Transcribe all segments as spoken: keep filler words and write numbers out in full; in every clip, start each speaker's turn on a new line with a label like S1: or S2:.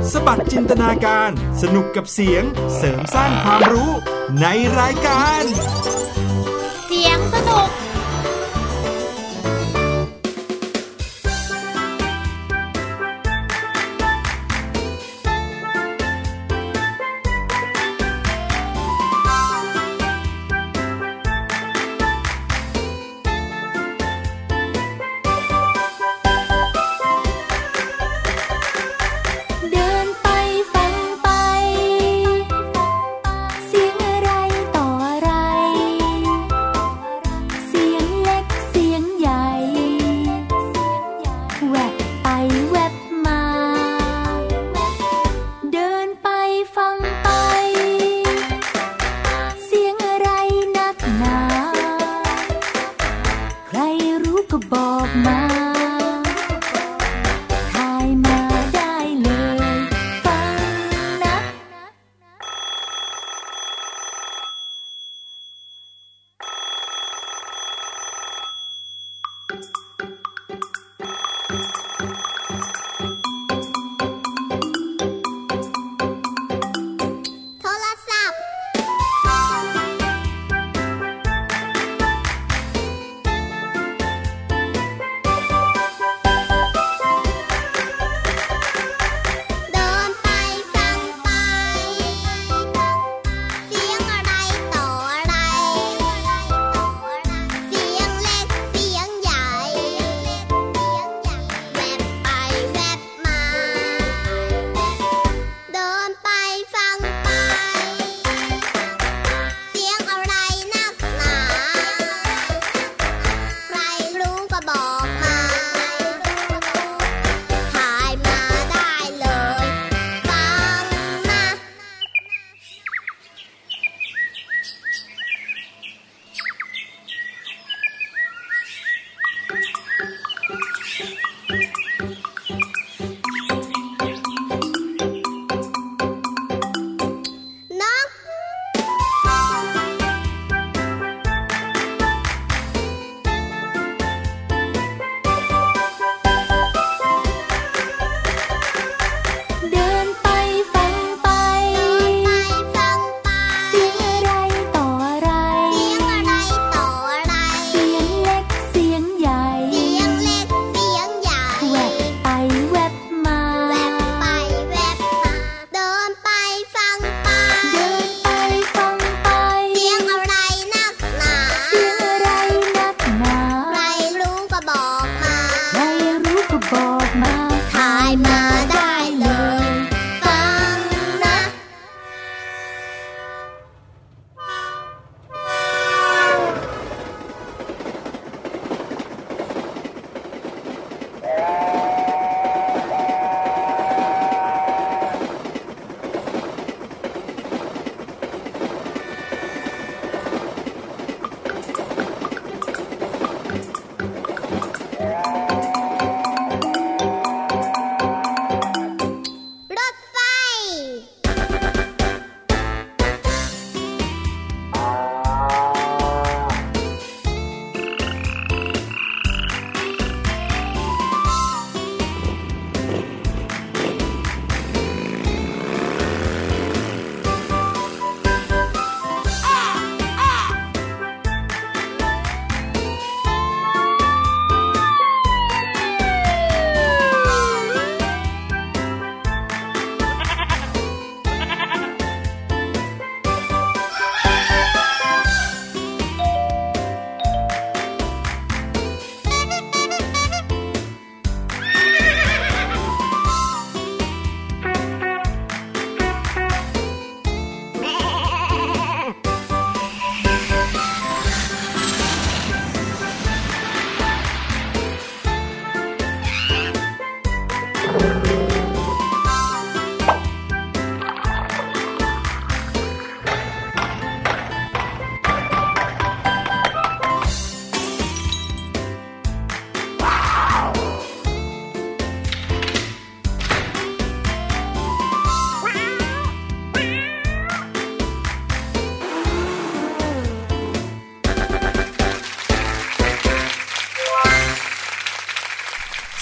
S1: สบัดจินตนาการสนุกกับเสียงเสริมสร้างความรู้ในรายการ
S2: เสียงสนุก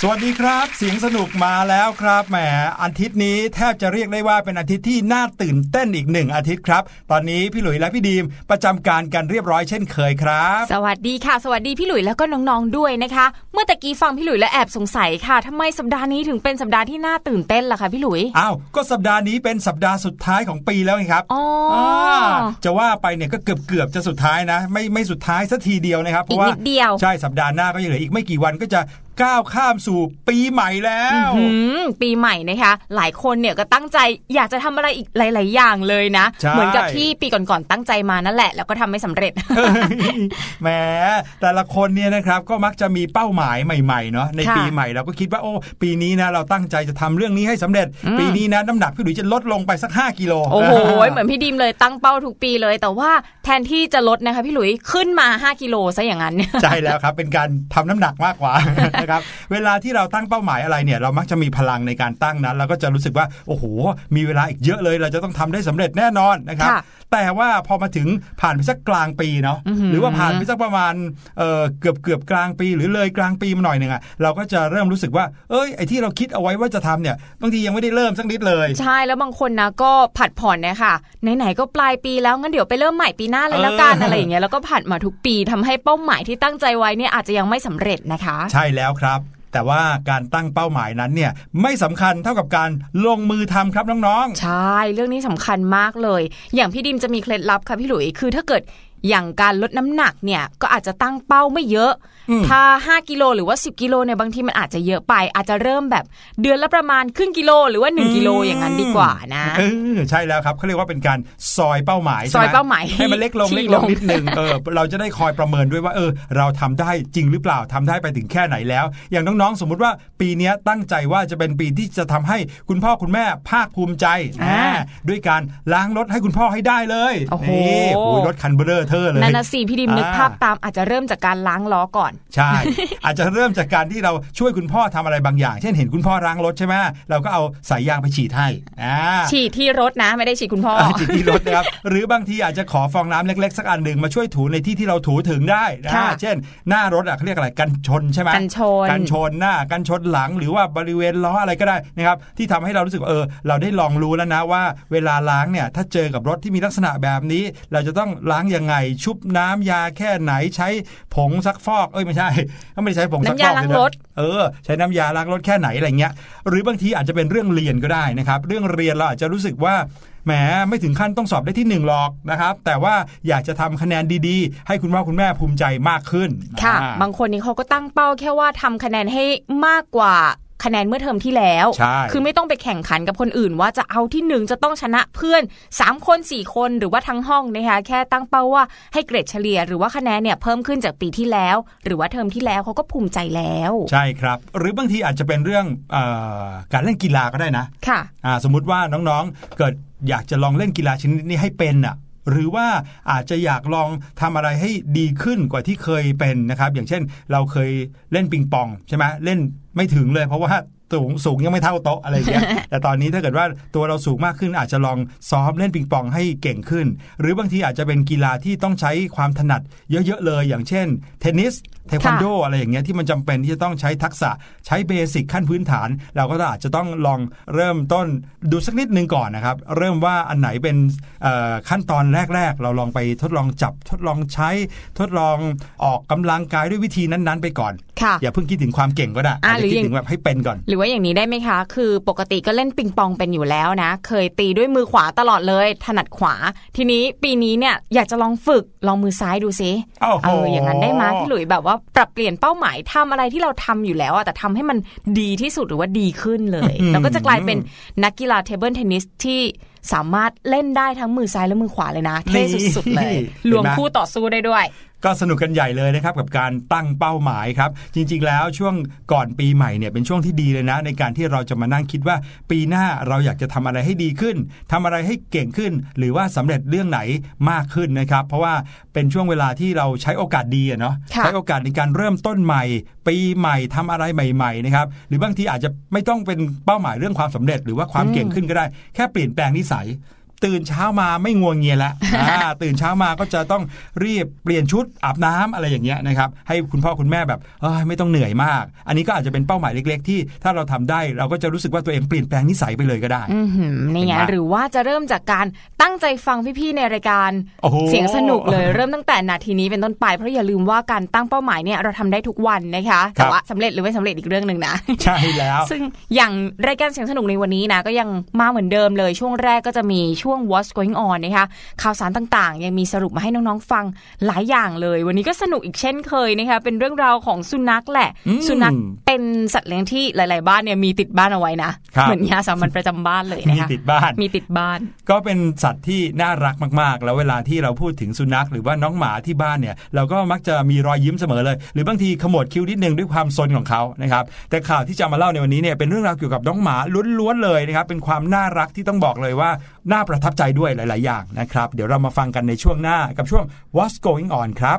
S1: วัสดีครับเสียงสนุกมาแล้วครับแหมอาทิตย์นี้แทบจะเรียกได้ว่าเป็นอาทิตย์ที่น่าตื่นเต้นอีกหนึ่งอาทิตย์ครับตอนนี้พี่หลุยและพี่ดีมประจำการกันเรียบร้อยเช่นเคยครับ
S3: สวัสดีค่ะสวัสดีพี่หลุยแล้วก็น้องๆด้วยนะคะเมื่อตะกี้ฟังพี่หลุยแล้วแอบสงสัยค่ะทำไมสัปดาห์นี้ถึงเป็นสัปดาห์ที่น่าตื่นเต้นล่ะคะพี่หลุย
S1: อ้าวก็สัปดาห์นี้เป็นสัปดาห์สุดท้ายของปีแล้วไงครับ
S3: อ๋อ
S1: จะว่าไปเนี่ยก็เกือบๆจะสุดท้ายนะไม่ไม่สุดท้ายสักทีเดียวนะครับเพราะว่าใช่สัปดาห์หน้าก็ยังเหลืออีกไม่กี่วันก็จะก้าวข้ามสู่ปีใหม่แล้ว
S3: ปีใหม่นะคะหลายคนเนี่ยก็ตั้งใจอยากจะทำอะไรอีกหลายๆอย่างเลยนะเหมือนกับที่ปีก่อนๆตั้งใจมานั่นแหละแล้วก็ทำไม่สำเร็จ
S1: แหมแต่ละคนเนี่ยนะครับก็มักจะมีเป้าหมายใหม่ๆเนาะในปีใหม่เราก็คิดว่าโอ้ปีนี้นะเราตั้งใจจะทำเรื่องนี้ให้สำเร็จปีนี้นะน้ำหนักพี่หลุยจะลดลงไปสักห้ากิโล
S3: โอ้โหเหมือนพี่ดิมเลยตั้งเป้าทุกปีเลยแต่ว่าแทนที่จะลดนะคะพี่หลุยขึ้นมาห้ากิโลซะอย่างนั้น
S1: ใช่แล้วครับเป็นการทำน้ำหนักมากกว่านะครับเวลาที่เราตั้งเป้าหมายอะไรเนี่ยเรามักจะมีพลังในการตั้งนั้นเราก็จะรู้สึกว่าโอ้โหมีเวลาอีกเยอะเลยเราจะต้องทำได้สำเร็จแน่นอนนะครับแต่ว่าพอมาถึงผ่านไปสักกลางปีเนาะหรือว่าผ่านไปสักประมาณเอ่อเกือบเกือบกลางปีหรือเลยกลางปีมาหน่อยนึงอ่ะเราก็จะเริ่มรู้สึกว่าเอ้ยไอ้ที่เราคิดเอาไว้ว่าจะทำเนี่ยบางทียังไม่ได้เริ่มสักนิดเลย
S3: ใช่แล้วบางคนนะก็ผัดผ่อนเนี่ยค่ะไหนๆก็ปลายปีแล้วงั้นเดี๋ยวไปเริ่มใหม่ปีหน้าเลยแล้วกัน อะไรอย่างเงี้ยแล้วก็ผัดมาทุกปีทำให้เป้าหมายที่ตั้งใจไว้เนี่ยอาจจะยังไม่สำเร็จนะคะ
S1: ใช่แล้วครับแต่ว่าการตั้งเป้าหมายนั้นเนี่ยไม่สำคัญเท่ากับการลงมือทำครับน้อง
S3: ๆใช่เรื่องนี้สำคัญมากเลยอย่างพี่ดิมจะมีเคล็ดลับค่ะพี่หลุยคือถ้าเกิดอย่างการลดน้ำหนักเนี่ยก็อาจจะตั้งเป้าไม่เยอะถ้าห้ากิโลหรือว่าสิบกิโลเนี่ยบางทีมันอาจจะเยอะไปอาจจะเริ่มแบบเดือนละประมาณครึ่งกิโลหรือว่าหนึ่งกิโลอย่างนั้นดีกว่านะ
S1: เออใช่แล้วครับเขาเรียกว่าเป็นการซอยเป้าหมาย
S3: ซอยเป้าหมาย
S1: ให้มันเล็กลงเล็กลงนิดนึงเออเราจะได้คอยประเมินด้วยว่าเออเราทำได้จริงหรือเปล่าทำได้ไปถึงแค่ไหนแล้วอย่างน้องๆสมมุติว่าปีนี้ตั้งใจว่าจะเป็นปีที่จะทำให้คุณพ่อคุณแม่ภาคภูมิใจด้วยการล้างรถให้คุณพ่อให้ได้เลยนี่โอ้ยรถคันเบลอเธอเลย
S3: นั่นน่ะสิพี่ดิมนึกภาพตามอาจจะเริ่มจากการล้างล้อก่อน
S1: ใช่อาจจะเริ่มจากการที่เราช่วยคุณพ่อทำอะไรบางอย่างเช่นเห็นคุณพ่อล้างรถใช่ไหมเราก็เอาสายยางไปฉีดให้
S3: ฉีดที่รถนะไม่ได้ฉีดคุณพ่อ
S1: ฉีดที่รถนะครับหรือบางทีอาจจะขอฟองน้ำเล็กๆสักอันหนึ่งมาช่วยถูในที่ที่เราถูถึงได้นะเช่นหน้ารถเขาเรียกอะไรกันชนใช่ไหม
S3: กันชน
S1: กันชนหน้ากันชนหลังหรือว่าบริเวณล้ออะไรก็ได้นะครับที่ทำให้เรารู้สึกเออเราได้ลองรู้แล้วนะว่าเวลาล้างเนี่ยถ้าเจอกับรถที่มีลักษณะแบบนี้เราจะต้องล้างยังไงชุบน้ำยาแค่ไหนใช้ผงซักฟอกเอ้ยไม่ใช่ก็ไม่ได้ใช้ผงซักฟอก
S3: น้ำยาล้างรถ
S1: เออใช้น้ำยาล้างรถแค่ไหนอะไรเงี้ยหรือบางทีอาจจะเป็นเรื่องเรียนก็ได้นะครับเรื่องเรียนเราอาจจะรู้สึกว่าแหมไม่ถึงขั้นต้องสอบได้ที่หนึ่งหรอกนะครับแต่ว่าอยากจะทำคะแนนดีๆให้คุณพ่อคุณแม่ภูมิใจมากขึ้น
S3: ค่ะบางคนนี่เขาก็ตั้งเป้าแค่ว่าทำคะแนนให้มากกว่าคะแนนเมื่อเทอมที่แล้วคือไม่ต้องไปแข่งขันกับคนอื่นว่าจะเอาที่หนึ่งจะต้องชนะเพื่อนสามคนสี่คนหรือว่าทั้งห้องนะคะแค่ตั้งเป้าว่าให้เกรดเฉลี่ยหรือว่าคะแนนเนี่ยเพิ่มขึ้นจากปีที่แล้วหรือว่าเทอมที่แล้วเขาก็ภูมิใจแล้ว
S1: ใช่ครับหรือบางทีอาจจะเป็นเรื่องเอ่อการเล่นกีฬาก็ได้นะ
S3: ค่ะ
S1: อ่าสมมุติว่าน้องๆเกิดอยากจะลองเล่นกีฬาชนิดนี้ให้เป็นอ่ะหรือว่าอาจจะอยากลองทำอะไรให้ดีขึ้นกว่าที่เคยเป็นนะครับอย่างเช่นเราเคยเล่นปิงปองใช่ไหมเล่นไม่ถึงเลยเพราะว่าสูงสูงยังไม่เท่าโต๊ะอะไรอย่างเงี้ย แต่ตอนนี้ถ้าเกิดว่าตัวเราสูงมากขึ้นอาจจะลองซ้อมเล่นปิงปองให้เก่งขึ้นหรือบางทีอาจจะเป็นกีฬาที่ต้องใช้ความถนัดเยอะๆเลยอย่างเช่นเทนนิสเทควันโดอะไรอย่างเงี้ยที่มันจำเป็นที่จะต้องใช้ทักษะใช้เบสิกขั้นพื้นฐานเราก็อาจจะต้องลองเริ่มต้นดูสักนิดนึงก่อนนะครับเริ่มว่าอันไหนเป็นขั้นตอนแรกๆเราลองไปทดลองจับทดลองใช้ทดลองออกกำลังกายด้วยวิธีนั้นๆไปก่อนอย่าเพิ่งคิดถึงความเก่งก็ได้อาจจะคิดถึงแบบให้เป็นก่อน
S3: หรือว่าอย่างนี้ได้ไหมคะคือปกติก็เล่นปิงปองเป็นอยู่แล้วนะเคยตีด้วยมือขวาตลอดเลยถนัดขวาทีนี้ปีนี้เนี่ยอยากจะลองฝึกลองมือซ้ายดูซิเอออย่างนั้นได้ไหมพี่หลุยแบบว่าปรับเปลี่ยนเป้าหมายทำอะไรที่เราทำอยู่แล้วแต่ทำให้มันดีที่สุดหรือว่าดีขึ้นเลยแล้วก็จะกลายเป็นนักกีฬาเทเบิลเทนนิสที่สามารถเล่นได้ทั้งมือซ้ายและมือขวาเลยนะเท่สุดๆเลยรวมคู่ต่อสู้ได้ด้วย
S1: ก็สนุกกันใหญ่เลยนะครับกับการตั้งเป้าหมายครับจริงๆแล้วช่วงก่อนปีใหม่เนี่ยเป็นช่วงที่ดีเลยนะในการที่เราจะมานั่งคิดว่าปีหน้าเราอยากจะทำอะไรให้ดีขึ้นทำอะไรให้เก่งขึ้นหรือว่าสำเร็จเรื่องไหนมากขึ้นนะครับเพราะว่าเป็นช่วงเวลาที่เราใช้โอกาสดีเนาะใช้โอกาสในการเริ่มต้นใหม่ปีใหม่ทำอะไรใหม่ๆนะครับหรือบางทีอาจจะไม่ต้องเป็นเป้าหมายเรื่องความสำเร็จหรือว่าความเก่งขึ้นก็ได้แค่เปลี่ยนแปลงนิสัยตื่นเช้ามาไม่งัวเงียแล้ว ตื่นเช้ามาก็จะต้องรีบเปลี่ยนชุดอาบน้ำอะไรอย่างเงี้ยนะครับให้คุณพ่อคุณแม่แบบไม่ต้องเหนื่อยมากอันนี้ก็อาจจะเป็นเป้าหมายเล็กๆที่ถ้าเราทำได้เราก็จะรู้สึกว่าตัวเองเปลี่ยนแปลงนิสัยไปเลยก็ได้
S3: นี่ไงหรือว่าจะเริ่มจากการตั้งใจฟังพี่ๆในรายการเสียงสนุกเลยเริ่มตั้งแต่นาทีนี้เป็นต้นไปเพราะอย่าลืมว่าการตั้งเป้าหมายเนี่ยเราทำได้ทุกวันนะคะแต่ว่าสำเร็จหรือไม่สำเร็จอีกเรื่องนึงนะ
S1: ใช่แล้ว
S3: ซึ่งอย่างรายการเสียงสนุกในวันนี้นะก็ยังมาเหมือนเดิมเลยช่วงแรกก็จะมีช่วง What's Going On นะคะข่าวสารต่างๆยังมีสรุปมาให้น้องๆฟังหลายอย่างเลยวันนี้ก็สนุกอีกเช่นเคยนะคะเป็นเรื่องราวของสุนัขแหละสุนัขเป็นสัตว์เลี้ยงที่หลายๆบ้านเนี่ยมีติดบ้านเอาไว้นะเหมือนยาสามัญประจำบ้านเลยนะคะ
S1: มีติดบ้าน
S3: มีติดบ้าน
S1: ก็เป็นสัตว์ที่น่ารักมากๆแล้วเวลาที่เราพูดถึงสุนัขหรือว่าน้องหมาที่บ้านเนี่ยเราก็มักจะมีรอยยิ้มเสมอเลยหรือบางทีขมวดคิ้วนิดนึงด้วยความซนของเขานะครับแต่ข่าวที่จะมาเล่าในวันนี้เนี่ยเป็นเรื่องราวเกี่ยวกับน้องหมาล้วนๆเลยนะครับเป็นความน่ารักที่ต้องบอกเลยว่าน่าประทับใจด้วยหลายๆอย่างนะครับเดี๋ยวเรามาฟังกันในช่วงหน้ากับช่วง What's Going On ครับ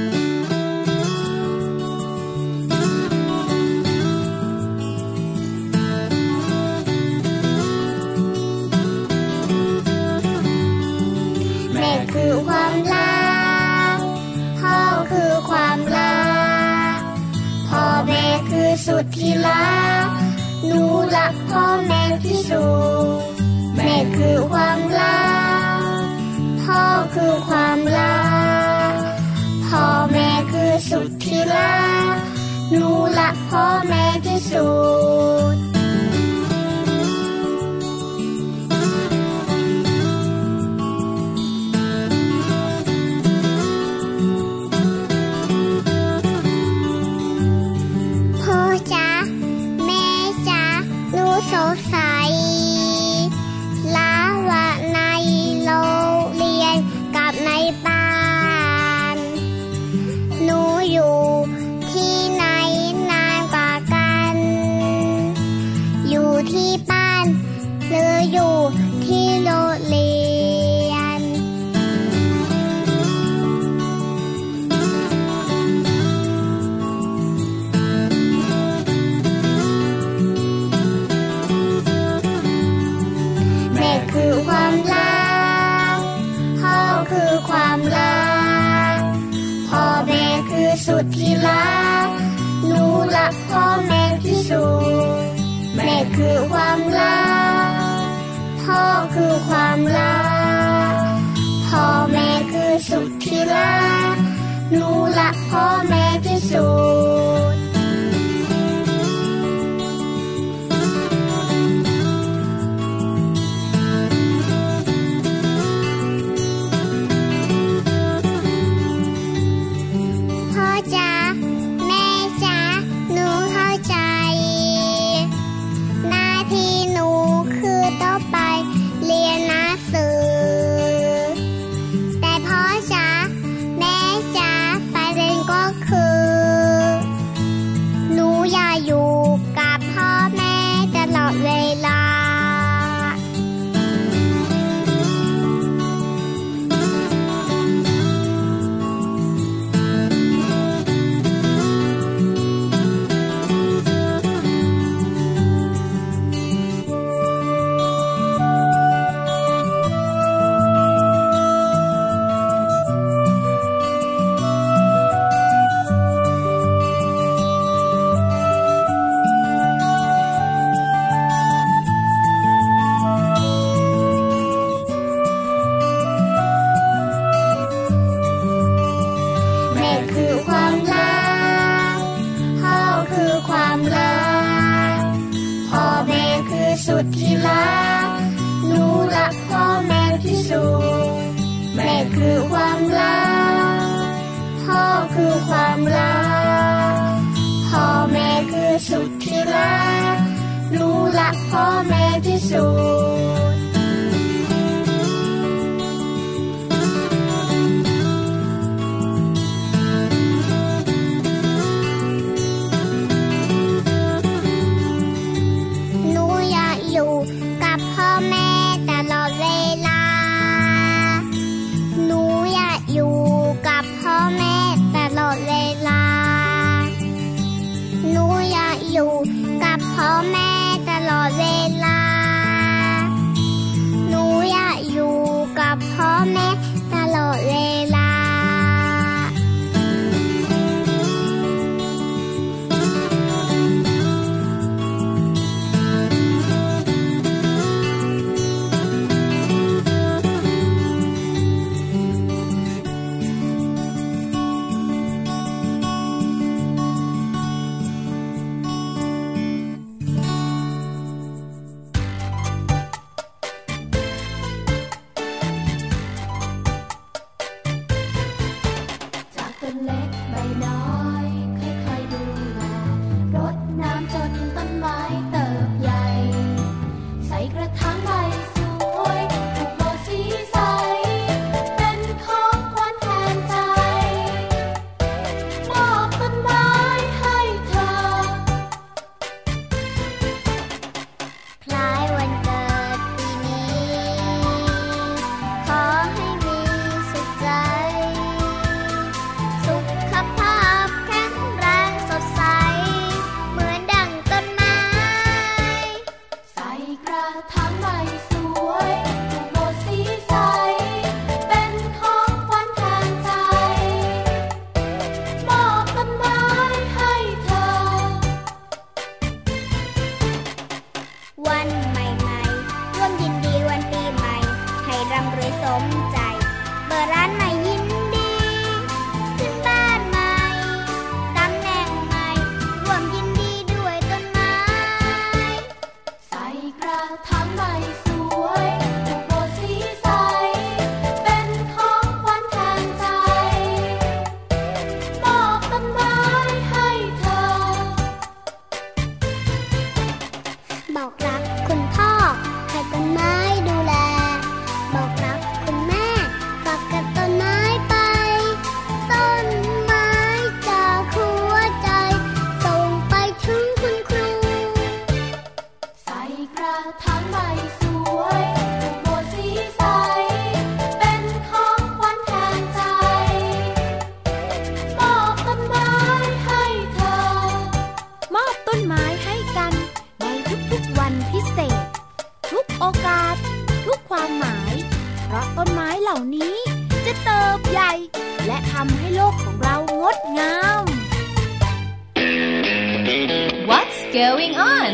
S4: แม่คือความรักพ่อคือความรักพ่อแม่คือสุดที่รักหนูรักพ่อแม่ที่สุดแม่คือความรักพ่อคือความรักพ่อแม่คือสุดที่รักหนูรักพ่อแม่ที่สุดพ่อจ๊ะแม่จ๊ะหนูสดใสลาวะในโรงเรียนกับในบ้านหนูอยู่ที่ไหนนานกว่ากันอยู่ที่บ้านหรืออยู่ที่โรงเรียนแม่คือความรักพ่อคือความรักพ่อแม่คือสุดที่รักหนูรักพ่อแม่ที่สุดแม่คือความรักพ่อคือความรักพ่อแม่คือสุดที่รักหนูรักพ่อแม่ที่สุดพ่อจ๊ะแม่จ๊ะหนูเข้าใจหน้าที่หนูคือต้องไปเรียนหนังสือแต่พ่อจ๊ะแม่จ๊ะประเด็นก็คือหนูอยากอยู่กับพ่อแม่ตลอดเวลาแม่คือความรักพ่อคือความรักพ่อแม่คือสุดที่รักหนูรักพ่อแม่ที่สุดแม่คือความรักพ่อคือความรักพ่อแม่คือสุดที่รักหนูรักพ่อแม่ที่สุดหนูอยากอยู่กับพ่อแม่ตลอดเวลาหนูอยากอยู่กับพ่อแม่ตลอดเวลาหนูอยากอยู่กับพ่อแม่ตลอดเวลาหนูอยากอยู่
S5: ถางใบสวยถูกโบสีใสเป็นของขวัญแทนใจมอบต้นไม้ให้เธอ
S4: วันใหม่ๆร่วมยินดีวันปีใหม่ให้ร่ำรวยสมใจเปิดร้านใหม่ยินดีขึ้นบ้านใหม่ตำแหน่งใหม่ร่วมยินดีด้วยต้นไม้
S5: ใส่กระถางใบสวยถูกโบสีใสเป็นของขวัญแทนใจมอบต้นไม้ให้เธอ
S4: บอกรักคุณพ่อให้ต้นไม้ดูแลบอกรักคุณแม่ฝากกับต้นไม้ไปต้นไม้จากหัวใจส่งไปถึงคุณครู
S5: ใส่กระถางใบสวยถูกโบสีใสเป็นของขวัญแทนใจมอบต้นไม้ให้เธอ
S2: มอบต้นไม้ให้กันในทุกๆวันพิเศษทุกโอกาสทุกความหมายเพราะต้นไม้เหล่านี้จะเติบใหญ่และทำให้โลกของเรางดงาม
S5: What's going on?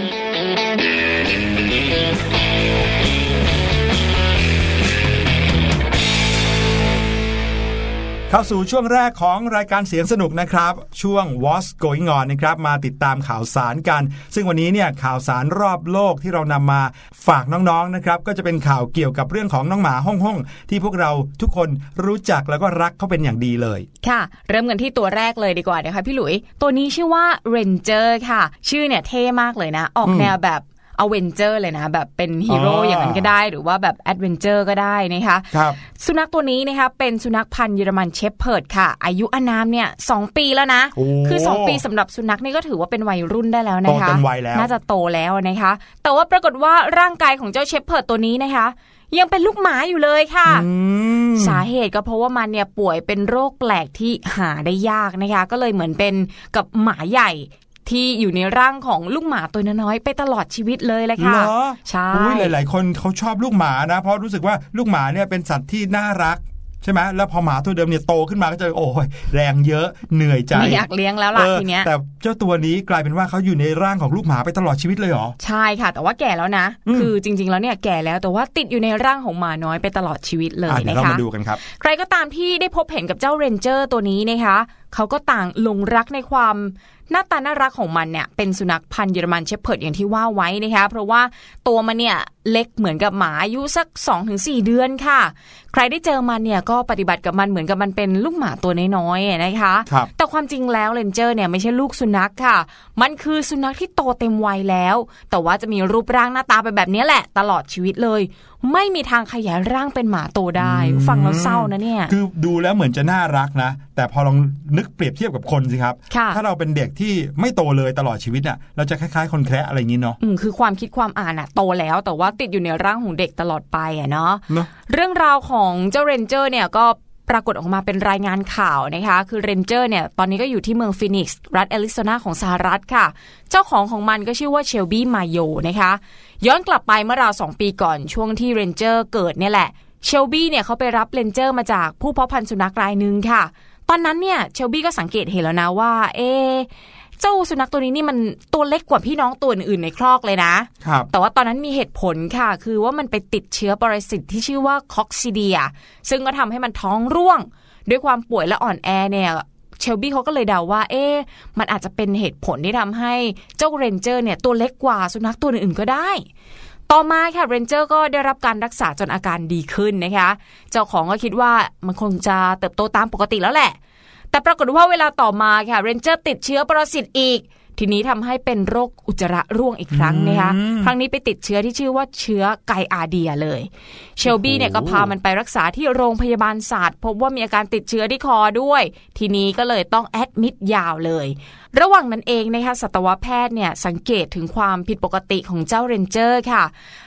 S1: เข้าสู่ช่วงแรกของรายการเสียงสนุกนะครับช่วง What's Going On นะครับมาติดตามข่าวสารกันซึ่งวันนี้เนี่ยข่าวสารรอบโลกที่เรานำมาฝากน้องๆนะครับก็จะเป็นข่าวเกี่ยวกับเรื่องของน้องหมาฮ่องๆที่พวกเราทุกคนรู้จักแล้วก็รักเขาเป็นอย่างดีเลย
S3: ค่ะเริ่มกันที่ตัวแรกเลยดีกว่านะคะพี่หลุยตัวนี้ชื่อว่า Ranger ค่ะชื่อเนี่ยเท่มากเลยนะออกแนวแบบอเวนเจอร์เลยนะแบบเป็นฮีโร่อย่างนั้นก็ได้หรือว่าแบบแอดเวนเจอร์ก็ได้นะคะ
S1: ครับ
S3: สุนัขตัวนี้นะคะเป็นสุนัขพันธุ์เยอรมันเชพเพิร์ดค่ะอายุอานามเนี่ยสองปีแล้วนะคือสองปีสำหรับสุนัขนี่ก็ถือว่าเป็นวัยรุ่นได้แล้วนะคะ
S1: โตเต็มวัยแล้ว
S3: น่าจะโตแล้วนะคะแต่ว่าปรากฏว่าร่างกายของเจ้าเชพเพิร์ดตัวนี้นะคะยังเป็นลูกหมาอยู่เลยค่ะสาเหตุก็เพราะว่ามันเนี่ยป่วยเป็นโรคแปลกที่หาได้ยากนะคะก็เลยเหมือนเป็นกับหมาใหญ่ที่อยู่ในร่างของลูกหมาตัวน้อยๆไปตลอดชีวิตเลยแหละค่ะใช่
S1: หลายๆคนเขาชอบลูกหมานะเพราะรู้สึกว่าลูกหมาเนี่ยเป็นสัตว์ที่น่ารักใช่ไหมแล้วพอหมาตัวเดิมเนี่ยโตขึ้นมาก็จะโอ้ยแรงเยอะเหนื่อยใจ
S3: ไม่อยากเลี้ยงแล้วล่ะทีเนี้ย
S1: แต่เจ้าตัวนี้กลายเป็นว่าเขาอยู่ในร่างของลูกหมาไปตลอดชีวิตเลยเหรอ
S3: ใช่ค่ะแต่ว่าแก่แล้วนะคือจริงๆแล้วเนี่ยแก่แล้วแต่ว่าติดอยู่ในร่างของหมาน้อยไปตลอดชีวิตเลยนะคะเดี๋ยวเรา
S1: มาดูกันครับ
S3: ใครก็ตามที่ได้พบเห็นกับเจ้าเรนเจอร์ตัวนี้นะคะเขาก็ต่างหลงรักในความหน้าตาน่ารักของมันเนี่ยเป็นสุนัขพันธุ์เยอรมันเชพเพิร์ดอย่างที่ว่าไว้นะคะเพราะว่าตัวมันเนี่ยเล็กเหมือนกับหมาอายุสัก สองถึงสี่ เดือนค่ะใครได้เจอมันเนี่ยก็ปฏิบัติกับมันเหมือนกับมันเป็นลูกหมาตัวน้อยๆนะคะแต่ความจริงแล้วเรนเจอร์เนี่ยไม่ใช่ลูกสุนัขค่ะมันคือสุนัขที่โตเต็มวัยแล้วแต่ว่าจะมีรูปร่างหน้าตาไปแบบนี้แหละตลอดชีวิตเลยไม่มีทางขยายร่างเป็นหมาโตได้ฟังแล้วเศร้านะเนี่ย
S1: คือดูแล้วเหมือนจะน่ารักนะแต่พอลองนึกเปรียบเทียบกับคนสิครับถ้าเราเป็นเด็กที่ไม่โตเลยตลอดชีวิตน่ะเราจะคล้ายๆคนแคระอะไรอย่างนี้เนาะ
S3: คือความคิดความอ่านน่ะโตแล้วแต่ว่าติดอยู่ในร่างของเด็กตลอดไปอ่ะเนาะเรื่องราวของเจ้าเรนเจอร์เนี่ยก็ปรากฏออกมาเป็นรายงานข่าวนะคะคือเรนเจอร์เนี่ยตอนนี้ก็อยู่ที่เมืองฟินิกซ์รัฐแอริโซนาของสหรัฐค่ะเจ้าของของมันก็ชื่อว่าเชลบี้มาโยนะคะย้อนกลับไปเมื่อราวสองปีก่อนช่วงที่เรนเจอร์เกิดเนี่ยแหละเชลบี้เนี่ยเขาไปรับเรนเจอร์มาจากผู้เพาะพันธุ์สุนัขรายนึงค่ะตอนนั้นเนี่ยเชลบี้ก็สังเกตเห็นแล้วนะว่าเอเจ้าสุนัขตัวนี้นี่มันตัวเล็กกว่าพี่น้องตัวอื่นๆในครอกเลยนะแต่ว่าตอนนั้นมีเหตุผลค่ะคือว่ามันไปติดเชื้อปรสิตที่ชื่อว่าคอกซิเดียซึ่งก็ทำให้มันท้องร่วงด้วยความป่วยและอ่อนแอเนี่ยเชลบี้เขาก็เลยเดาว่าเอ๊ะมันอาจจะเป็นเหตุผลที่ทำให้เจ้าเรนเจอร์เนี่ยตัวเล็กกว่าสุนัขตัวอื่นๆก็ได้ต่อมาค่ะเรนเจอร์ก็ได้รับการรักษาจนอาการดีขึ้นนะคะเจ้าของก็คิดว่ามันคงจะเติบโตตามปกติแล้วแหละแต่ปรากฏว่าเวลาต่อมาค่ะเรนเจอร์ติดเชื้อปรสิตอีกทีนี้ทำให้เป็นโรคอุจจาระร่วงอีกครั้งนะคะครั้งนี้ไปติดเชื้อที่ชื่อว่าเชื้อไกอาเดียเลยเชลบี้เนี่ยก็พามันไปรักษาที่โรงพยาบาลสัตว์พบว่ามีอาการติดเชื้อที่คอด้วยทีนี้ก็เลยต้องแอดมิดยาวเลยระหว่างนั้นเองนะคะสัตวแพทย์เนี่ยสังเกตถึงความผิดปกติของเจ้าเรนเจอร์ค่ะ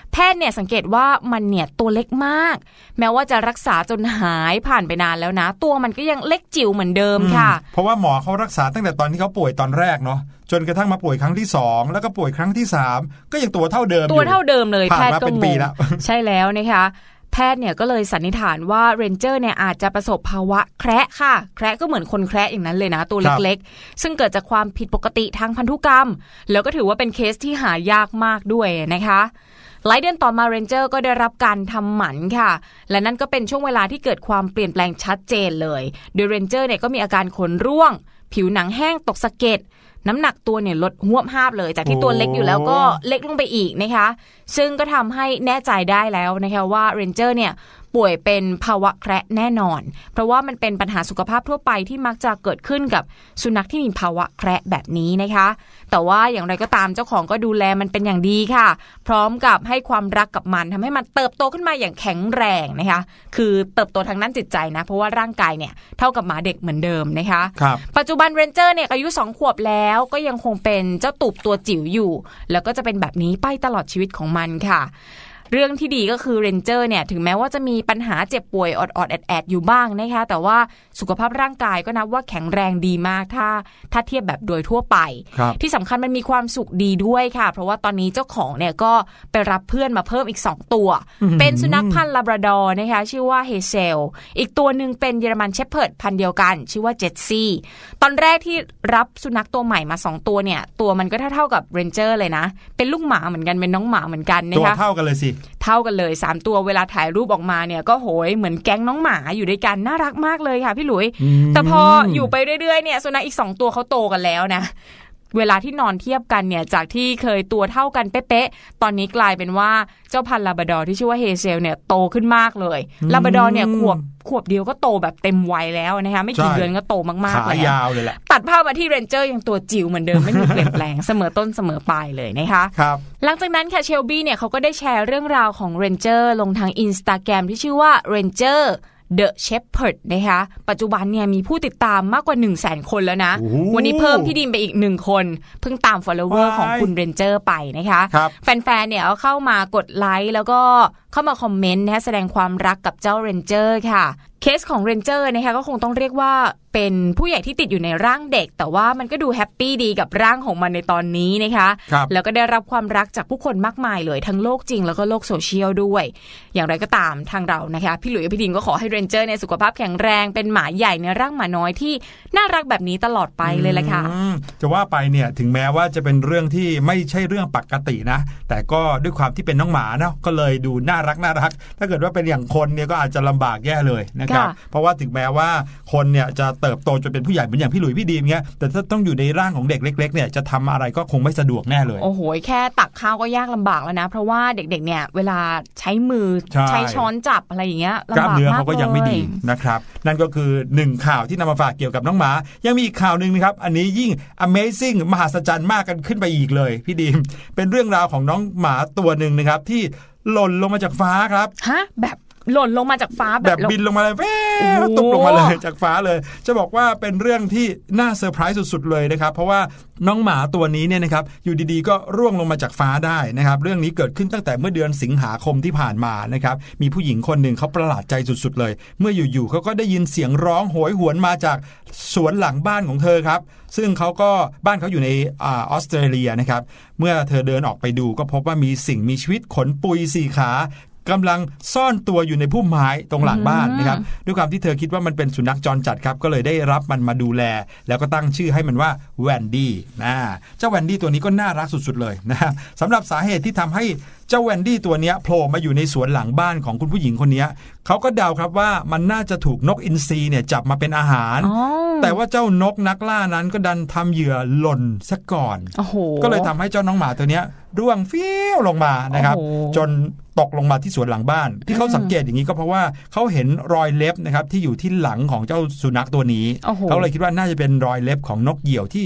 S3: แพทย์เนี่ยสังเกตว่ามันเนี่ยตัวเล็กมากแม้ว่าจะรักษาจนหายผ่านไปนานแล้วนะตัวมันก็ยังเล็กจิ๋วเหมือนเดิมค่ะ
S1: เพราะว่าหมอเขารักษาตั้งแต่ตอนที่เขาป่วยตอนแรกเนาะจนกระทั่งมาป่วยครั้งที่สองแล้วก็ป่วยครั้งที่สามก็ยังตัวเท่าเดิม
S3: ตัวเท่าเดิมเลยแพทย์ก็งง ใช่แล้วนะคะแพทย์เนี่ยก็เลยสันนิษฐานว่าเรนเจอร์เนี่ยอาจจะประสบภาวะแคระค่ะแคระก็เหมือนคนแคระอย่างนั้นเลยนะตัวเล็กๆซึ่งเกิดจากความผิดปกติทางพันธุกรรมแล้วก็ถือว่าเป็นเคสที่หายากมากด้วยนะคะหลายเดือนต่อมาเรนเจอร์ก็ได้รับการทำหมันค่ะและนั่นก็เป็นช่วงเวลาที่เกิดความเปลี่ยนแปลงชัดเจนเลยโดยเรนเจอร์เนี่ยก็มีอาการขนร่วงผิวหนังแห้งตกสะเก็ดน้ำหนักตัวเนี่ยลดหวบห้าบเลยจากที่ตัวเล็กอยู่แล้วก็เล็กลงไปอีกนะคะซึ่งก็ทำให้แน่ใจได้แล้วนะคะว่าเรนเจอร์เนี่ยป่วยเป็นภาวะแคระแน่นอนเพราะว่ามันเป็นปัญหาสุขภาพทั่วไปที่มักจะเกิดขึ้นกับสุนัขที่มีภาวะแคระแบบนี้นะคะแต่ว่าอย่างไรก็ตามเจ้าของก็ดูแลมันเป็นอย่างดีค่ะพร้อมกับให้ความรักกับมันทำให้มันเติบโตขึ้นมาอย่างแข็งแรงนะคะคือเติบโตทางด้านจิตใจนะเพราะว่าร่างกายเนี่ยเท่ากับหมาเด็กเหมือนเดิมนะคะปัจจุบันเรนเจอร์เนี่ยอายุสองขวบแล้วก็ยังคงเป็นเจ้าตูบตัวจิ๋วอยู่แล้วก็จะเป็นแบบนี้ไปตลอดชีวิตของมันค่ะเรื่องที่ดีก็คือเรนเจอร์เนี่ยถึงแม้ว่าจะมีปัญหาเจ็บป่วยออดๆแอดๆอยู่บ้างนะคะแต่ว่าสุขภาพร่างกายก็นับว่าแข็งแรงดีมากถ้าถ้าเทียบแบบโดยทั่วไปที่สำคัญมันมีความสุขดีด้วยค่ะเพราะว่าตอนนี้เจ้าของเนี่ยก็ไปรับเพื่อนมาเพิ่มอีกสองตัวเป็นสุนัขพันธุ์ลาบราดอร์นะคะชื่อว่าเฮเซลอีกตัวนึงเป็นเยอรมันเชพเพิร์ดพันธุ์เดียวกันชื่อว่าเจสซี่ตอนแรกที่รับสุนัขตัวใหม่มาสองตัวเนี่ยตัวมันก็เท่าๆกับเรนเจอร์เลยนะเป็นลูกหมาเหมือนกันเป็นน้องหมาเหมือนกันนะคะ
S1: ตัวเท่ากันเลยสิ
S3: เท่ากันเลยสามตัวเวลาถ่ายรูปออกมาเนี่ยก็โหยเหมือนแก๊งน้องหมาอยู่ด้วยกันน่ารักมากเลยค่ะพี่หลุยแต่พออยู่ไปเรื่อยๆเนี่ยสุนัขอีกสองตัวเขาโตกันแล้วนะเวลาที่นอนเทียบกันเนี่ยจากที่เคยตัวเท่ากันเป๊ะๆตอนนี้กลายเป็นว่าเจ้าพันธุ์ลาบราดอร์ที่ชื่อว่าเฮเซลเนี่ยโตขึ้นมากเลยลาบราดอร์เนี่ยขวบขวบเดียวก็โตแบบเต็มวัยแล้วนะคะไม่กี่เดือนก็โตมากๆแล้วขาย
S1: าวเลยแหละ
S3: ตัดภาพมาที่เรนเจอร์ยังตัวจิ๋วเหมือนเดิมไม่มีเปลี่ยนแปลงเสมอต้นเสมอปลายเลยนะคะ
S1: ครับ
S3: หลังจากนั้นค่ะเชลบี้เนี่ยเขาก็ได้แชร์เรื่องราวของเรนเจอร์ลงทาง Instagram ที่ชื่อว่า Ranger The Shepherd นะคะปัจจุบันเนี่ยมีผู้ติดตามมากกว่า หนึ่งแสน คนแล้วนะวันนี้เพิ่มพี่ดิมไปอีกหนึ่งคนเพิ่งตาม follower ของคุณเรนเจอร์ไปนะคะแฟนๆเนี่ยเข้ามากดไลค์แล้วก็เข้ามาคอมเมนต์นะคะแสดงความรักกับเจ้าเรนเจอร์ค่ะเคสของเรนเจอร์นะคะก็คงต้องเรียกว่าเป็นผู้ใหญ่ที่ติดอยู่ในร่างเด็กแต่ว่ามันก็ดูแฮปปี้ดีกับร่างของมันในตอนนี้นะคะแล้วก็ได้รับความรักจากผู้คนมากมายเลยทั้งโลกจริงแล้วก็โลกโซเชียลด้วยอย่างไรก็ตามทางเรานะคะพี่หลุยส์พี่ดินก็ขอให้เรนเจอร์ในสุขภาพแข็งแรงเป็นหมาใหญ่ในร่างหมาน้อยที่น่ารักแบบนี้ตลอดไปเลยแหละค่ะ
S1: จะว่าไปเนี่ยถึงแม้ว่าจะเป็นเรื่องที่ไม่ใช่เรื่องปกตินะแต่ก็ด้วยความที่เป็นน้องหมาเนาะก็เลยดูน่ารักน่ารักถ้าเกิดว่าเป็นอย่างคนเนี่ยก็อาจจะลำบากแย่เลยนะครับเพราะว่าถึงแม้ว่าคนเนี่ยจะเติบโตจนเป็นผู้ใหญ่เหมือนอย่างพี่หลุยพี่ดีมเงี้ยแต่ถ้าต้องอยู่ในร่างของเด็กเล็กๆเนี่ยจะทำอะไรก็คงไม่สะดวกแน่เลย
S3: โอ้โหแค่ตักข้าวก็ยากลำบากแล้วนะเพราะว่าเด็กๆเนี่ยเวลาใช้มือ ใ, ใช้ช้อนจับอะไรอย่างเงี้ยลำบากมากเลยกล้ามเนื้อเขาก็ยังไม่ดี
S1: นะครับนั่นก็คือหนึ่งข่าวที่นำมาฝากเกี่ยวกับน้องหมายังมีอีกข่าวนึงนะครับอันนี้ยิ่ง Amazing มหัศจรรย์มากกันขึ้นไปอีกเลยพี่ดีมเป็นเรื่องราวของน้องหมาตัวนึงนะครับที่หล่นลงมาจากฟ้าครับ
S3: ฮะแบบหล่นลงมาจากฟ้า
S1: แบบบินลงมาเลยแว่ตกลงมาเลยจากฟ้าเลยจะบอกว่าเป็นเรื่องที่น่าเซอร์ไพรส์สุดๆเลยนะครับเพราะว่าน้องหมาตัวนี้เนี่ยนะครับอยู่ดีๆก็ร่วงลงมาจากฟ้าได้นะครับเรื่องนี้เกิดขึ้นตั้งแต่เมื่อเดือนสิงหาคมที่ผ่านมานะครับมีผู้หญิงคนหนึ่งเขาประหลาดใจสุดๆเลยเมื่ออยู่ๆเขาก็ได้ยินเสียงร้องโหยหวนมาจากสวนหลังบ้านของเธอครับซึ่งเขาก็บ้านเขาอยู่ในออสเตรเลียนะครับเมื่อเธอเดินออกไปดูก็พบว่ามีสิ่งมีชีวิตขนปุยสี่ขากำลังซ่อนตัวอยู่ในพุ่มไม้ตรงหลังบ้านนะครับด้วยความที่เธอคิดว่ามันเป็นสุนัขจรจัดครับก็เลยได้รับมันมาดูแลแล้วก็ตั้งชื่อให้มันว่าแวนดี้นะเจ้าแวนดี้ตัวนี้ก็น่ารักสุดๆเลยนะสำหรับสาเหตุที่ทำให้เจ้าแวนดี้ตัวนี้โผล่มาอยู่ในสวนหลังบ้านของคุณผู้หญิงคนนี้เขาก็เดาครับว่ามันน่าจะถูกนกอินทรีเนี่ยจับมาเป็นอาหารแต่ว่าเจ้านกนักล่านั้นก็ดันทำเหยื่อหล่นซะก่อนก็เลยทำให้เจ้าน้องหมาตัวนี้ร่วงฟิวลงมานะครับจนตกลงมาที่สวนหลังบ้านที่เขาสังเกตอย่างนี้ก็เพราะว่าเขาเห็นรอยเล็บนะครับที่อยู่ที่หลังของเจ้าสุนัขตัวนี้เขาเลยคิดว่าน่าจะเป็นรอยเล็บของนกเหยี่ยวที่